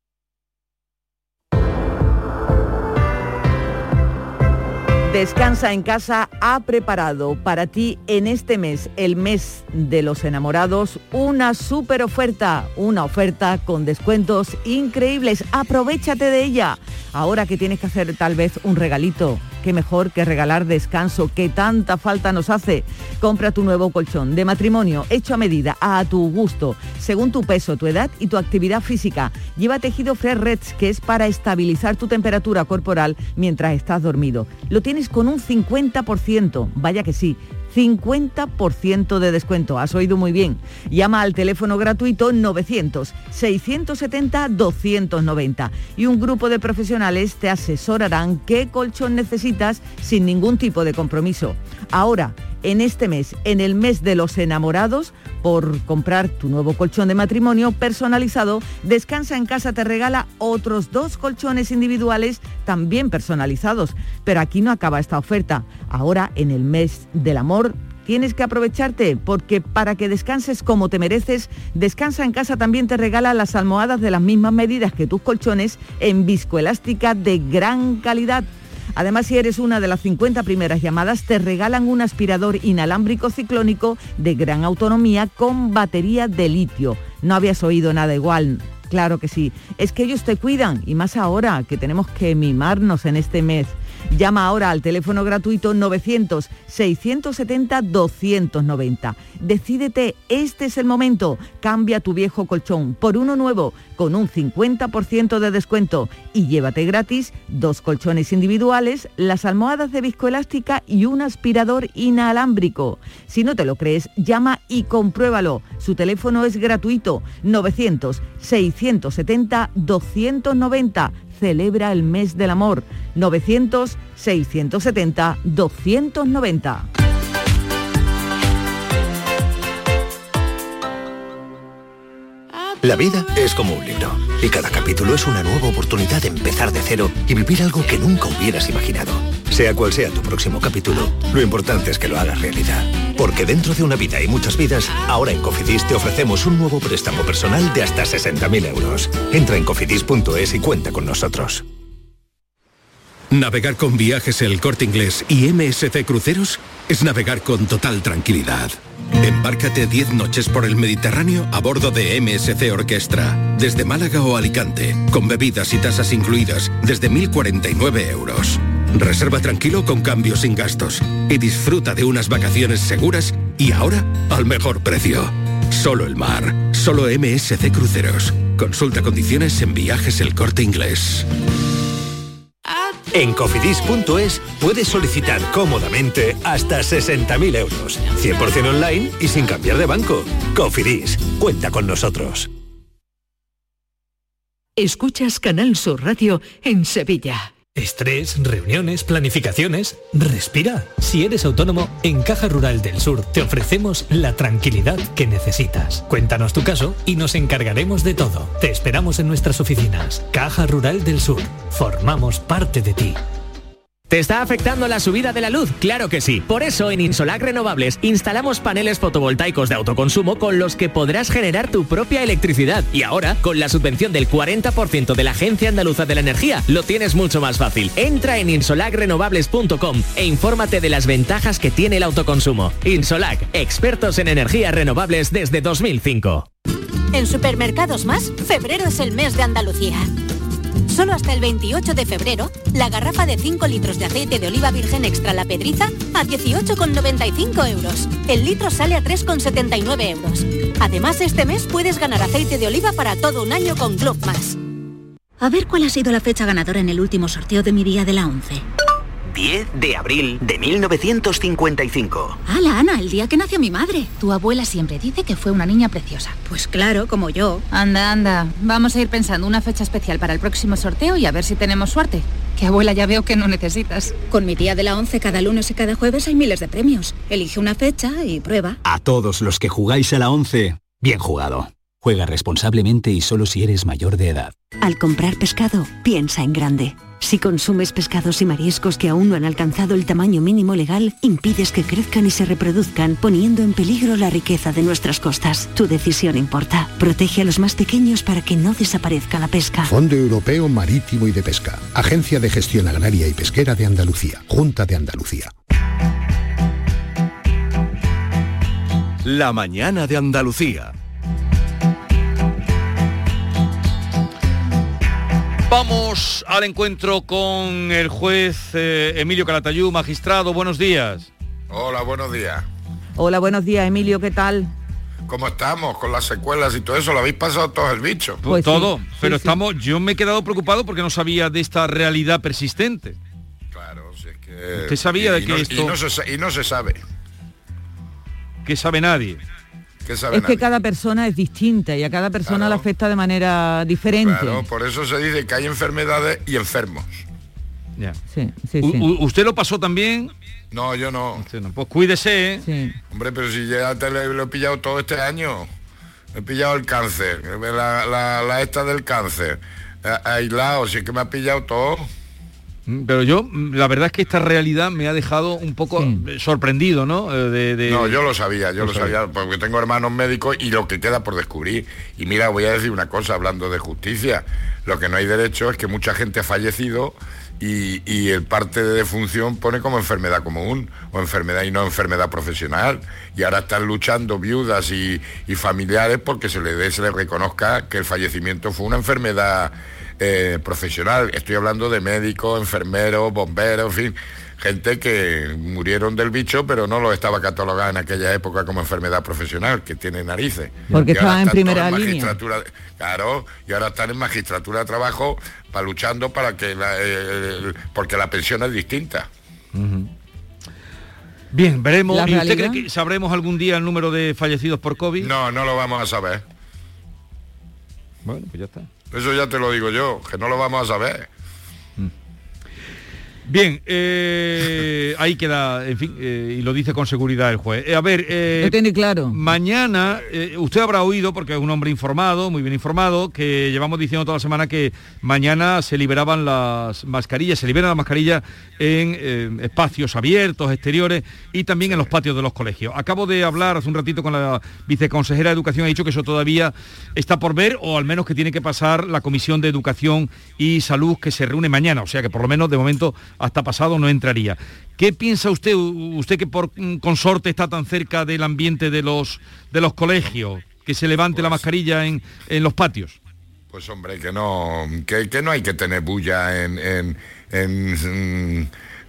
Descansa en Casa ha preparado para ti en este mes, el mes de los enamorados, una súper oferta, una oferta con descuentos increíbles. Aprovéchate de ella. Ahora que tienes que hacer tal vez un regalito, qué mejor que regalar descanso, que tanta falta nos hace. Compra tu nuevo colchón de matrimonio, hecho a medida, a tu gusto, según tu peso, tu edad y tu actividad física. Lleva tejido Fresh Reds, que es para estabilizar tu temperatura corporal mientras estás dormido. Lo tienes con un cincuenta por ciento, vaya que sí, cincuenta por ciento de descuento, has oído muy bien. Llama al teléfono gratuito novecientos, seiscientos setenta, doscientos noventa y un grupo de profesionales te asesorarán qué colchón necesitas sin ningún tipo de compromiso. Ahora, en este mes, en el mes de los enamorados, por comprar tu nuevo colchón de matrimonio personalizado, Descansa en Casa te regala otros dos colchones individuales también personalizados. Pero aquí no acaba esta oferta. Ahora, en el mes del amor, tienes que aprovecharte, porque para que descanses como te mereces, Descansa en Casa también te regala las almohadas de las mismas medidas que tus colchones en viscoelástica de gran calidad. Además, si eres una de las cincuenta primeras llamadas, te regalan un aspirador inalámbrico ciclónico de gran autonomía con batería de litio. No habías oído nada igual. Claro que sí. Es que ellos te cuidan, y más ahora que tenemos que mimarnos en este mes. Llama ahora al teléfono gratuito novecientos, seiscientos setenta, doscientos noventa. Decídete, este es el momento. Cambia tu viejo colchón por uno nuevo con un cincuenta por ciento de descuento y llévate gratis dos colchones individuales, las almohadas de viscoelástica y un aspirador inalámbrico. Si no te lo crees, llama y compruébalo. Su teléfono es gratuito, novecientos, seiscientos setenta, doscientos noventa. Celebra el mes del amor. novecientos, seiscientos setenta, doscientos noventa. La vida es como un libro y cada capítulo es una nueva oportunidad de empezar de cero y vivir algo que nunca hubieras imaginado. Sea cual sea tu próximo capítulo, lo importante es que lo hagas realidad. Porque dentro de una vida y muchas vidas, ahora en Cofidis te ofrecemos un nuevo préstamo personal de hasta sesenta mil euros. Entra en cofidis punto es y cuenta con nosotros. Navegar con Viajes El Corte Inglés y M S C Cruceros es navegar con total tranquilidad. Embárcate diez noches por el Mediterráneo a bordo de M S C Orquestra, desde Málaga o Alicante, con bebidas y tasas incluidas desde mil cuarenta y nueve euros. Reserva tranquilo con cambio sin gastos y disfruta de unas vacaciones seguras y ahora al mejor precio. Solo el mar, solo M S C Cruceros. Consulta condiciones en Viajes El Corte Inglés. En cofidis punto es puedes solicitar cómodamente hasta sesenta mil euros, cien por ciento online y sin cambiar de banco. Cofidis, cuenta con nosotros. Escuchas Canal Sur Radio en Sevilla. Estrés, reuniones, planificaciones. Respira. Si eres autónomo, en Caja Rural del Sur te ofrecemos la tranquilidad que necesitas. Cuéntanos tu caso y nos encargaremos de todo. Te esperamos en nuestras oficinas. Caja Rural del Sur. Formamos parte de ti. ¿Te está afectando la subida de la luz? Claro que sí. Por eso en Insolac Renovables instalamos paneles fotovoltaicos de autoconsumo con los que podrás generar tu propia electricidad. Y ahora, con la subvención del cuarenta por ciento de la Agencia Andaluza de la Energía, lo tienes mucho más fácil. Entra en insolac renovables punto com e infórmate de las ventajas que tiene el autoconsumo. Insolac, expertos en energías renovables desde dos mil cinco. En Supermercados Más, febrero es el mes de Andalucía. Solo hasta el veintiocho de febrero, la garrafa de cinco litros de aceite de oliva virgen extra La Pedriza a dieciocho con noventa y cinco euros. El litro sale a tres con setenta y nueve euros. Además, este mes puedes ganar aceite de oliva para todo un año con Club Más. A ver cuál ha sido la fecha ganadora en el último sorteo de mi día de la once. diez de abril de mil novecientos cincuenta y cinco. ¡Hala, Ana! El día que nació mi madre. Tu abuela siempre dice que fue una niña preciosa. Pues claro, como yo. Anda, anda. Vamos a ir pensando una fecha especial para el próximo sorteo y a ver si tenemos suerte. Que abuela ya veo que no necesitas. Con mi día de la once cada lunes y cada jueves hay miles de premios. Elige una fecha y prueba. A todos los que jugáis a la once, bien jugado. Juega responsablemente y solo si eres mayor de edad. Al comprar pescado, piensa en grande. Si consumes pescados y mariscos que aún no han alcanzado el tamaño mínimo legal, impides que crezcan y se reproduzcan, poniendo en peligro la riqueza de nuestras costas. Tu decisión importa. Protege a los más pequeños para que no desaparezca la pesca. Fondo Europeo Marítimo y de Pesca. Agencia de Gestión Agraria y Pesquera de Andalucía. Junta de Andalucía. La mañana de Andalucía. Vamos al encuentro con el juez eh, Emilio Calatayud, magistrado. Buenos días. Hola, buenos días. Hola, buenos días, Emilio, ¿qué tal? ¿Cómo estamos con las secuelas y todo eso? ¿Lo habéis pasado todo el bicho? Pues todo, sí, pero sí, estamos. Sí. Yo me he quedado preocupado porque no sabía de esta realidad persistente. Claro, si es que... ¿Usted sabía y, de y que no, esto...? Y no, se, y no se sabe. ¿Qué sabe nadie? ¿Qué sabe es nadie? que cada persona es distinta y a cada persona claro. le afecta de manera diferente. Claro, por eso se dice que hay enfermedades y enfermos. Ya. Sí, sí, U- sí. u- ¿Usted lo pasó también? No, yo no. Usted no. Pues cuídese, ¿eh? Sí. Hombre, pero si ya te lo, lo he pillado todo este año. He pillado el cáncer, la, la, la esta del cáncer. A- aislado, si es que me ha pillado todo. Mm, Pero yo, mm, la verdad es que esta realidad me ha dejado un poco eh, sorprendido, ¿no? Eh, De, de- No, yo lo sabía, yo Lo lo sabía, porque tengo hermanos médicos y lo que queda por descubrir. Y mira, voy a decir una cosa, hablando de justicia. Lo que no hay derecho es que mucha gente ha fallecido y, y el parte de defunción pone como enfermedad común, o enfermedad y no enfermedad profesional. Y ahora están luchando viudas y, y familiares porque se le dé, se le reconozca que el fallecimiento fue una enfermedad eh, profesional. Estoy hablando de médicos, enfermeros, bomberos, en fin, gente que murieron del bicho, pero no lo estaba catalogada en aquella época como enfermedad profesional, que tiene narices. Porque Y ahora estaban en están primera todos línea. magistratura de- Claro, y ahora están en magistratura de trabajo para luchando para que la, eh, porque la pensión es distinta. Ujú. Bien, veremos. La ¿Y usted realidad- cree que sabremos algún día el número de fallecidos por COVID? No, no lo vamos a saber. Bueno, pues ya está. Eso ya te lo digo yo, que no lo vamos a saber. Bien, eh, ahí queda, en fin, eh, y lo dice con seguridad el juez. Eh, a ver, eh, Lo tiene claro. mañana, eh, usted habrá oído, porque es un hombre informado, muy bien informado, que llevamos diciendo toda la semana que mañana se liberaban las mascarillas, se liberan las mascarillas en eh, espacios abiertos, exteriores y también en los patios de los colegios. Acabo de hablar hace un ratito con la viceconsejera de Educación, ha dicho que eso todavía está por ver, o al menos que tiene que pasar la Comisión de Educación y Salud que se reúne mañana, o sea que por lo menos de momento hasta pasado no entraría. ¿Qué piensa usted, usted que por mm, consorte está tan cerca del ambiente de los de los colegios, que se levante la mascarilla en, en los patios? Pues hombre, que no, que, que no hay que tener bulla en, en, en,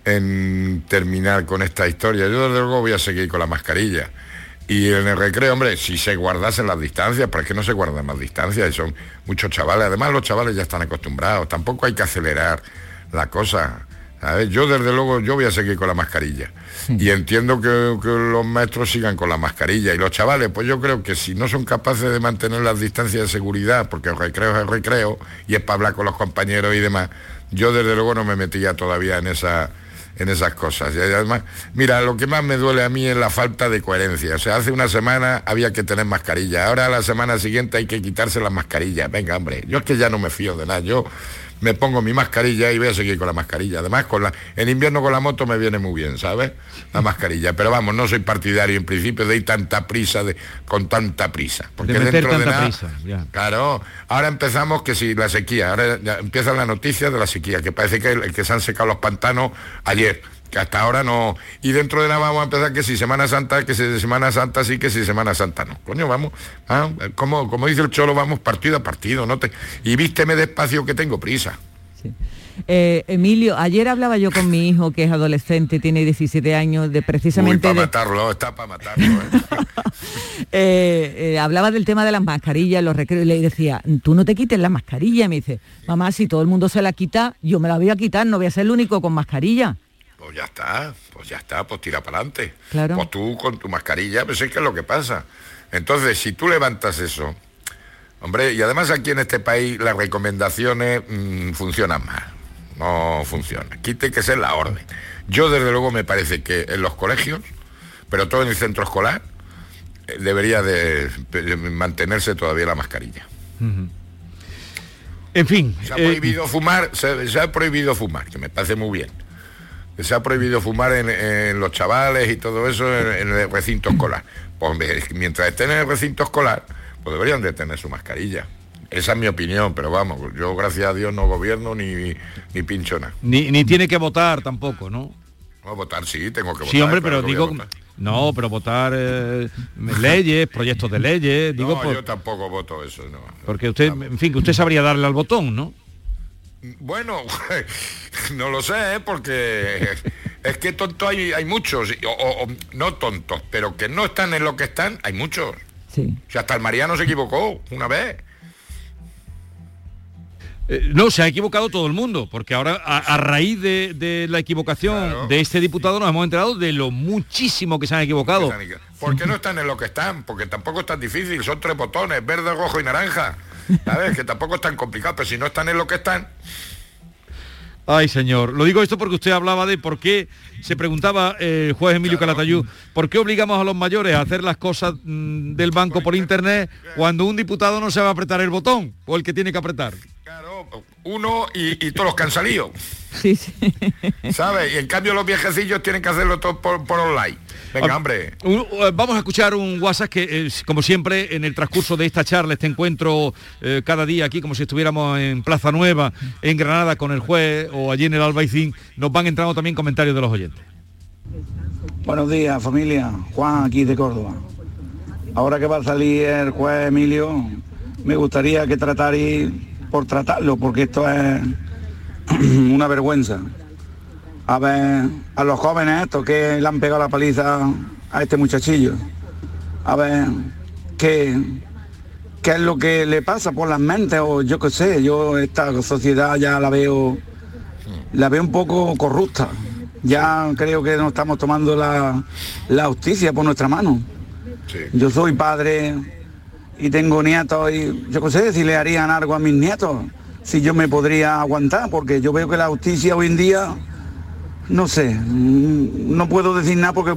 en terminar con esta historia. Yo desde luego voy a seguir con la mascarilla. Y en el recreo, hombre, si se guardasen las distancias, pero es que no se guardan las distancias y son muchos chavales. Además los chavales ya están acostumbrados, tampoco hay que acelerar la cosa. ¿Sabes? Yo desde luego yo voy a seguir con la mascarilla y entiendo que, que los maestros sigan con la mascarilla y los chavales, pues yo creo que si no son capaces de mantener las distancias de seguridad, porque el recreo es el recreo y es para hablar con los compañeros y demás, yo desde luego no me metía todavía en esa en esas cosas. Y además, mira, lo que más me duele a mí es la falta de coherencia. O sea, hace una semana había que tener mascarilla, ahora a la semana siguiente hay que quitarse las mascarillas. Venga, hombre, yo es que ya no me fío de nada. Yo me pongo mi mascarilla y voy a seguir con la mascarilla. Además, con la, en invierno con la moto me viene muy bien, ¿sabes? La mascarilla. Pero vamos, no soy partidario en principio de ir tanta prisa, de, con tanta prisa. Porque de meter dentro de tanta nada, prisa, ya. claro, ahora empezamos que si la sequía, ahora ya empieza la noticia de la sequía, que parece que, que se han secado los pantanos ayer, que hasta ahora no, y dentro de nada vamos a empezar que si Semana Santa, que si Semana Santa sí, que si Semana Santa no. Coño, vamos, ah, como, como dice el Cholo, vamos partido a partido, no te, y vísteme despacio que tengo prisa. Eh, Emilio, ayer hablaba yo con mi hijo que es adolescente, tiene diecisiete años, de precisamente... Uy, para de- matarlo, está para matarlo. ¿eh? eh, eh, hablaba del tema de las mascarillas, los recreos, y le decía, tú no te quites la mascarilla. Y me dice, mamá, si todo el mundo se la quita, yo me la voy a quitar, no voy a ser el único con mascarilla. Pues ya está, pues ya está, pues tira para adelante. Claro. Pues tú con tu mascarilla, pues es que es lo que pasa. Entonces, si tú levantas eso, hombre, y además aquí en este país las recomendaciones mmm, funcionan mal, no funcionan. Aquí tiene que ser la orden. Yo desde luego me parece que en los colegios, pero todo en el centro escolar, eh, debería de, de mantenerse todavía la mascarilla. Uh-huh. En fin. Se ha eh, prohibido fumar, se, se ha prohibido fumar, que me parece muy bien. Se ha prohibido fumar en, en los chavales y todo eso en, en el recinto escolar. Pues mientras estén en el recinto escolar, pues deberían de tener su mascarilla. Esa es mi opinión, pero vamos, yo gracias a Dios no gobierno ni, ni pincho nada. Ni, ni tiene que votar tampoco, ¿no? No, votar sí, tengo que votar. Sí, hombre, pero claro que digo... voy a votar. No, pero votar eh, leyes, proyectos de leyes, digo... No, por- yo tampoco voto eso, no. porque usted, en fin, que usted sabría darle al botón, ¿no? Bueno, no lo sé, ¿eh? Porque es que tontos hay, hay muchos, o, o- o no tontos, pero que no están en lo que están, hay muchos. Sí. O sea, hasta el Mariano se equivocó una vez. Eh, no, se ha equivocado todo el mundo, porque ahora a, a raíz de, de la equivocación Claro. de este diputado nos hemos enterado de lo muchísimo que se han equivocado. ¿Por qué no están en lo que están? Porque tampoco es tan difícil, son tres botones, verde, rojo y naranja. ¿Sabes? Que tampoco es tan complicado, pero si no están en lo que están... Ay, señor. Lo digo esto porque usted hablaba de por qué, se preguntaba eh, el juez Emilio claro. Calatayud, ¿por qué obligamos a los mayores a hacer las cosas mmm, del banco por internet cuando un diputado no se va a apretar el botón o el que tiene que apretar? Claro, uno y, y todos los que han salido. Sí, sí. ¿Sabes? Y en cambio los viejecillos tienen que hacerlo todo por, por online. Venga, hombre. Vamos a escuchar un WhatsApp que, como siempre, en el transcurso de esta charla, este encuentro eh, cada día aquí, como si estuviéramos en Plaza Nueva, en Granada, con el juez, o allí en el Albaicín, nos van entrando también comentarios de los oyentes. Buenos días, familia. Juan, aquí de Córdoba. Ahora que va a salir el juez Emilio, me gustaría que tratarais por tratarlo, porque esto es una vergüenza. A ver, a los jóvenes estos que le han pegado la paliza a este muchachillo, a ver qué, qué es lo que le pasa por las mentes, o yo qué sé, yo esta sociedad ya la veo, la veo un poco corrupta. Ya creo que nos estamos tomando la, la justicia por nuestra mano. Sí. Yo soy padre y tengo nietos y yo qué sé si le harían algo a mis nietos, si yo me podría aguantar, porque yo veo que la justicia hoy en día, no sé, no puedo decir nada porque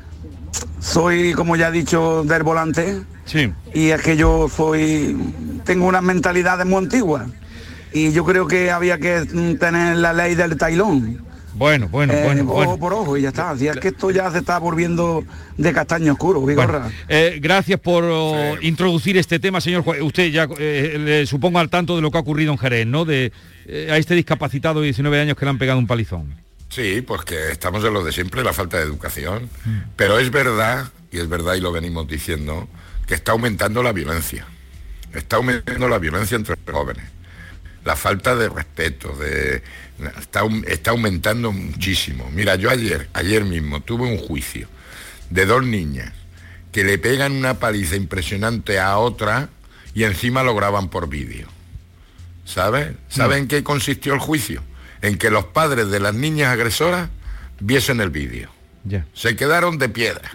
soy, como ya he dicho, del volante. Sí. Y es que yo soy, tengo unas mentalidades muy antiguas y yo creo que había que tener la ley del tailón. Bueno, bueno, eh, bueno, ojo bueno. por ojo y ya está. Si es que esto ya se está volviendo de castaño oscuro, Vigorra. Bueno, eh, gracias por oh, sí. introducir este tema, señor juez. Usted ya eh, le supongo al tanto de lo que ha ocurrido en Jerez, ¿no? De eh, a este discapacitado de diecinueve años que le han pegado un palizón. Sí, pues que estamos en lo de siempre, la falta de educación. Mm. Pero es verdad, y es verdad y lo venimos diciendo, que está aumentando la violencia. Está aumentando la violencia entre los jóvenes. La falta de respeto, de está, está aumentando muchísimo. Mira, yo ayer, ayer mismo tuve un juicio de dos niñas que le pegan una paliza impresionante a otra y encima lo graban por vídeo. ¿Sabes? ¿Saben en qué consistió el juicio? En que los padres de las niñas agresoras viesen el vídeo. Yeah. Se quedaron de piedra.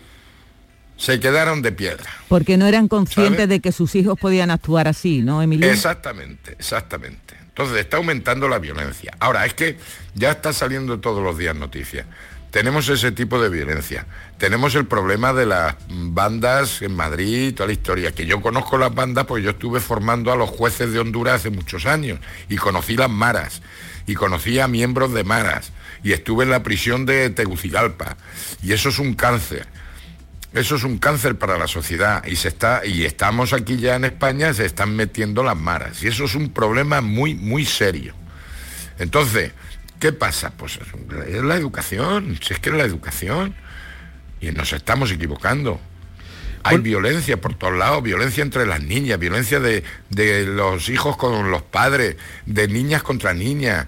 Se quedaron de piedra. Porque no eran conscientes ¿sabes? De que sus hijos podían actuar así, ¿no, Emilio? Exactamente, exactamente. Entonces está aumentando la violencia. Ahora, es que ya está saliendo todos los días noticias. Tenemos ese tipo de violencia. Tenemos el problema de las bandas en Madrid, toda la historia. Que yo conozco las bandas porque yo estuve formando a los jueces de Honduras hace muchos años y conocí las maras y conocí a miembros de maras y estuve en la prisión de Tegucigalpa y eso es un cáncer. Eso es un cáncer para la sociedad y se está y estamos aquí ya en España, se están metiendo las maras y eso es un problema muy muy serio. Entonces, ¿qué pasa? Pues es la educación, si es que es la educación y nos estamos equivocando. Hay bueno, violencia por todos lados, violencia entre las niñas, violencia de, de los hijos con los padres, de niñas contra niñas.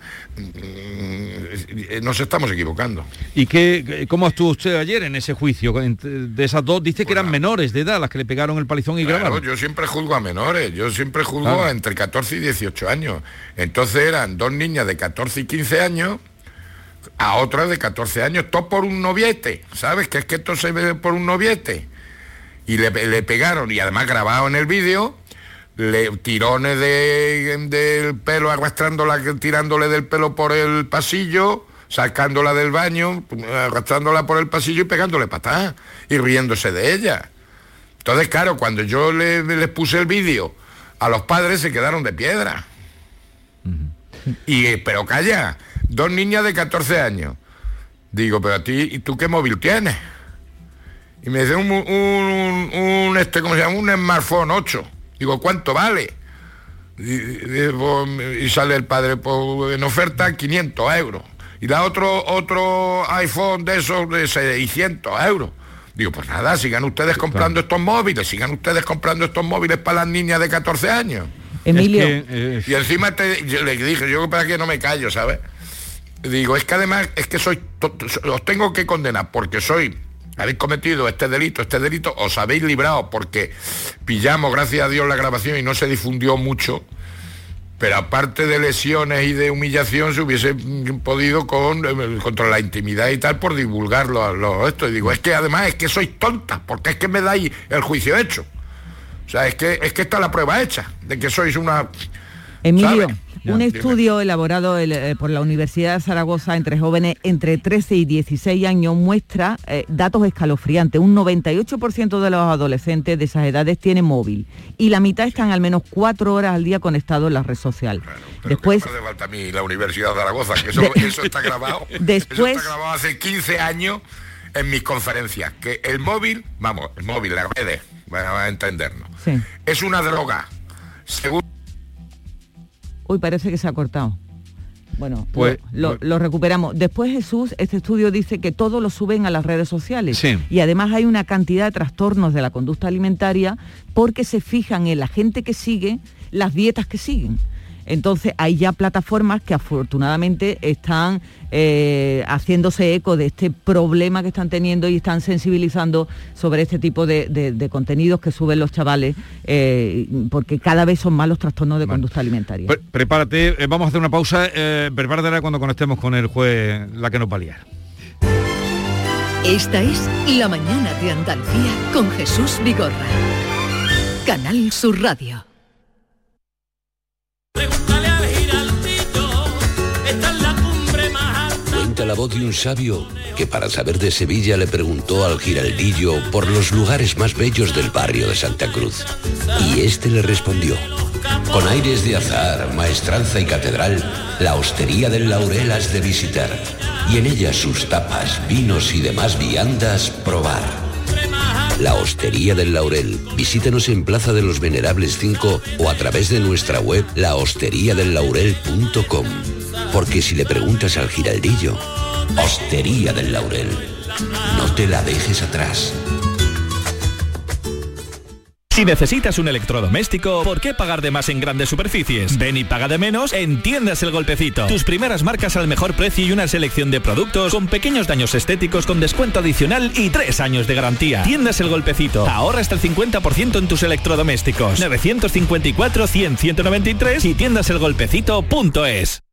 Nos estamos equivocando. ¿Y qué, cómo actuó usted ayer en ese juicio? De esas dos, dice que bueno, eran menores de edad las que le pegaron el palizón y claro, grabaron. Yo siempre juzgo a menores, yo siempre juzgo ah. a entre catorce y dieciocho años. Entonces eran dos niñas de catorce y quince años, a otras de catorce años, todo por un noviete, ¿sabes? Que es que esto se ve por un noviete. Y le, le pegaron, y además grabado en el vídeo, le, tirones del de, pelo, arrastrándola, tirándole del pelo por el pasillo, sacándola del baño, arrastrándola por el pasillo y pegándole patadas, y riéndose de ella. Entonces, claro, cuando yo le, les puse el vídeo, a los padres se quedaron de piedra. Uh-huh. Y, pero calla, dos niñas de catorce años. Digo, pero a ti, ¿y tú qué móvil tienes? Y me dice un, un, un, este, ¿cómo se llama? Un smartphone ocho. Digo, ¿cuánto vale? Y, y, y sale el padre, pues, en oferta quinientos euros. Y da otro, otro iPhone de esos de seiscientos euros. Digo, pues nada, sigan ustedes comprando estos móviles, sigan ustedes comprando estos móviles para las niñas de catorce años. Emilio. Es que, eh... Y encima te, yo le dije, yo para que no me callo, ¿sabes? Digo, es que además, es que soy, to, os tengo que condenar porque soy... habéis cometido este delito, este delito, os habéis librado porque pillamos, gracias a Dios, la grabación y no se difundió mucho, pero aparte de lesiones y de humillación se hubiese podido con contra la intimidad y tal por divulgarlo a los esto. Y digo, es que además es que sois tontas, porque es que me dais el juicio hecho. O sea, es que es que está la prueba hecha de que sois una Emilio, ¿sabe? un Ya, estudio dime. elaborado el, eh, por la Universidad de Zaragoza entre jóvenes entre trece y dieciséis años muestra eh, datos escalofriantes. Un noventa y ocho por ciento de los adolescentes de esas edades tienen móvil y la mitad están al menos cuatro horas al día conectados en la red social. Claro, Después, ¿qué me hace falta a mí la Universidad de Zaragoza? Que eso, de, eso está grabado. Después, eso está grabado hace quince años en mis conferencias. Que el móvil, vamos, el móvil, las redes, bueno, a entendernos, sí. es una droga. Según Uy, parece que se ha cortado. Bueno, pues, lo, lo, lo recuperamos. Después, Jesús, este estudio dice que todo lo suben a las redes sociales. Sí. Y además hay una cantidad de trastornos de la conducta alimentaria porque se fijan en la gente que sigue, las dietas que siguen. Entonces hay ya plataformas que afortunadamente están eh, haciéndose eco de este problema que están teniendo y están sensibilizando sobre este tipo de, de, de contenidos que suben los chavales, eh, porque cada vez son más los trastornos de vale. conducta alimentaria. Pre- prepárate, eh, vamos a hacer una pausa, eh, prepárate cuando conectemos con el juez La que nos va a liar. Esta es La Mañana de Andalucía con Jesús Vigorra. Canal Sur Radio. Cuenta la voz de un sabio que para saber de Sevilla le preguntó al giraldillo por los lugares más bellos del barrio de Santa Cruz. Y este le respondió: con aires de azar, maestranza y catedral, la hostería del Laurel has de visitar, y en ella sus tapas, vinos y demás viandas probar. La Hostería del Laurel. Visítanos en Plaza de los Venerables cinco o a través de nuestra web la hostería del laurel punto com. Porque si le preguntas al giraldillo, Hostería del Laurel, no te la dejes atrás. Si necesitas un electrodoméstico, ¿por qué pagar de más en grandes superficies? Ven y paga de menos en Tiendas El Golpecito. Tus primeras marcas al mejor precio y una selección de productos con pequeños daños estéticos con descuento adicional y tres años de garantía. Tiendas El Golpecito. Ahorra hasta el cincuenta por ciento en tus electrodomésticos. nueve cinco cuatro, cien, ciento noventa y tres y tiendas el golpecito punto es.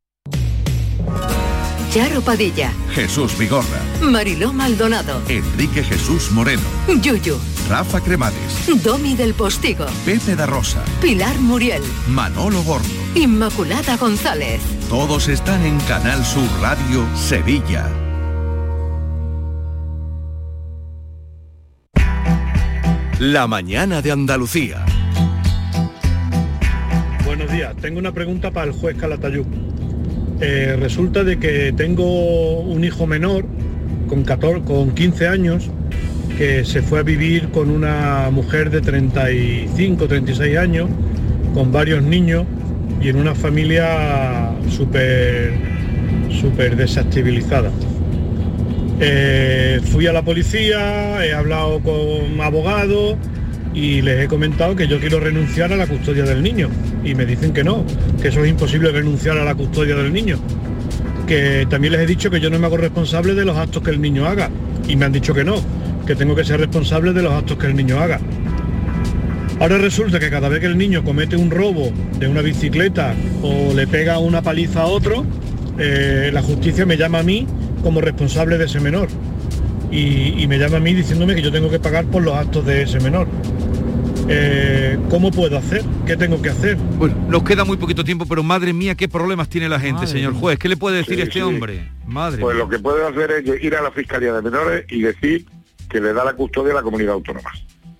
Charo Padilla, Jesús Vigorra, Mariló Maldonado, Enrique Jesús Moreno, Yuyu, Rafa Cremades, Domi del Postigo, Pepe da Rosa, Pilar Muriel, Manolo Gordo, Inmaculada González. Todos están en Canal Sur Radio Sevilla. La mañana de Andalucía. Buenos días, tengo una pregunta para el juez Calatayud. Eh, resulta de que tengo un hijo menor con, catorce, con quince años que se fue a vivir con una mujer de treinta y cinco, treinta y seis años, con varios niños y en una familia súper súper desestabilizada. Eh, fui a la policía, he hablado con abogados y les he comentado que yo quiero renunciar a la custodia del niño y me dicen que no, que eso es imposible, renunciar a la custodia del niño, que también les he dicho que yo no me hago responsable de los actos que el niño haga y me han dicho que no, que tengo que ser responsable de los actos que el niño haga. Ahora resulta que cada vez que el niño comete un robo de una bicicleta o le pega una paliza a otro, eh, la justicia me llama a mí como responsable de ese menor y, y me llama a mí diciéndome que yo tengo que pagar por los actos de ese menor. Eh, ¿Cómo puedo hacer? ¿Qué tengo que hacer? Bueno, nos queda muy poquito tiempo, pero madre mía, qué problemas tiene la gente, madre señor juez. ¿Qué le puede decir sí, este sí. hombre? Madre Pues mía. lo que puede hacer es ir a la Fiscalía de Menores y decir que le da la custodia a la comunidad autónoma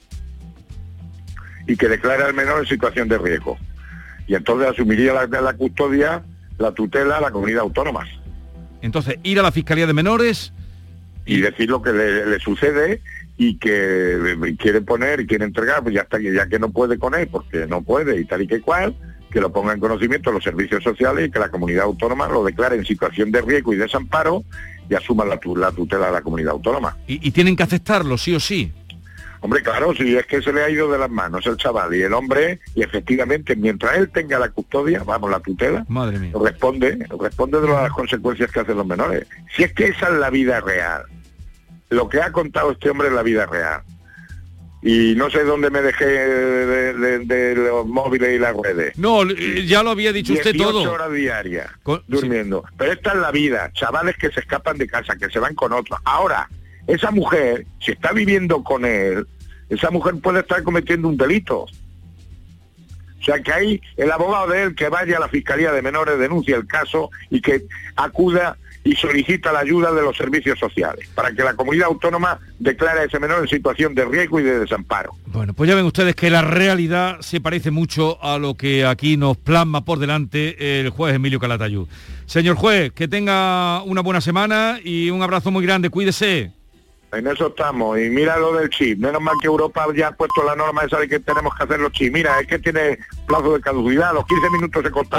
y que declara al menor en situación de riesgo. Y entonces asumiría la, la custodia, la tutela a la comunidad autónoma. Entonces, ir a la Fiscalía de Menores y decir lo que le, le sucede y que quiere poner y quiere entregar, pues ya está, ya que no puede con él, porque no puede y tal y que cual, que lo ponga en conocimiento los servicios sociales y que la comunidad autónoma lo declare en situación de riesgo y desamparo y asuma la, la tutela de la comunidad autónoma. ¿Y, y tienen que aceptarlo, sí o sí? Hombre, claro, si es que se le ha ido de las manos el chaval y el hombre, y efectivamente, mientras él tenga la custodia, vamos, la tutela, madre mía, responde, responde de las consecuencias que hacen los menores. Si es que esa es la vida real, lo que ha contado este hombre es la vida real. Y no sé dónde me dejé de, de, de los móviles y las redes. No, ya lo había dicho usted todo. dieciocho horas diarias, con, durmiendo. Sí. Pero esta es la vida, chavales que se escapan de casa, que se van con otros. Ahora, esa mujer, si está viviendo con él, esa mujer puede estar cometiendo un delito. O sea que ahí el abogado de él que vaya a la Fiscalía de Menores, denuncie el caso y que acuda y solicita la ayuda de los servicios sociales para que la comunidad autónoma declare a ese menor en situación de riesgo y de desamparo. Bueno, pues ya ven ustedes que la realidad se parece mucho a lo que aquí nos plasma por delante el juez Emilio Calatayud. Señor juez, que tenga una buena semana y un abrazo muy grande, cuídese. En eso estamos, y mira lo del chip, menos mal que Europa ya ha puesto la norma esa de que tenemos que hacer los chips. Mira, es que tiene plazo de caducidad, a los quince minutos se corta.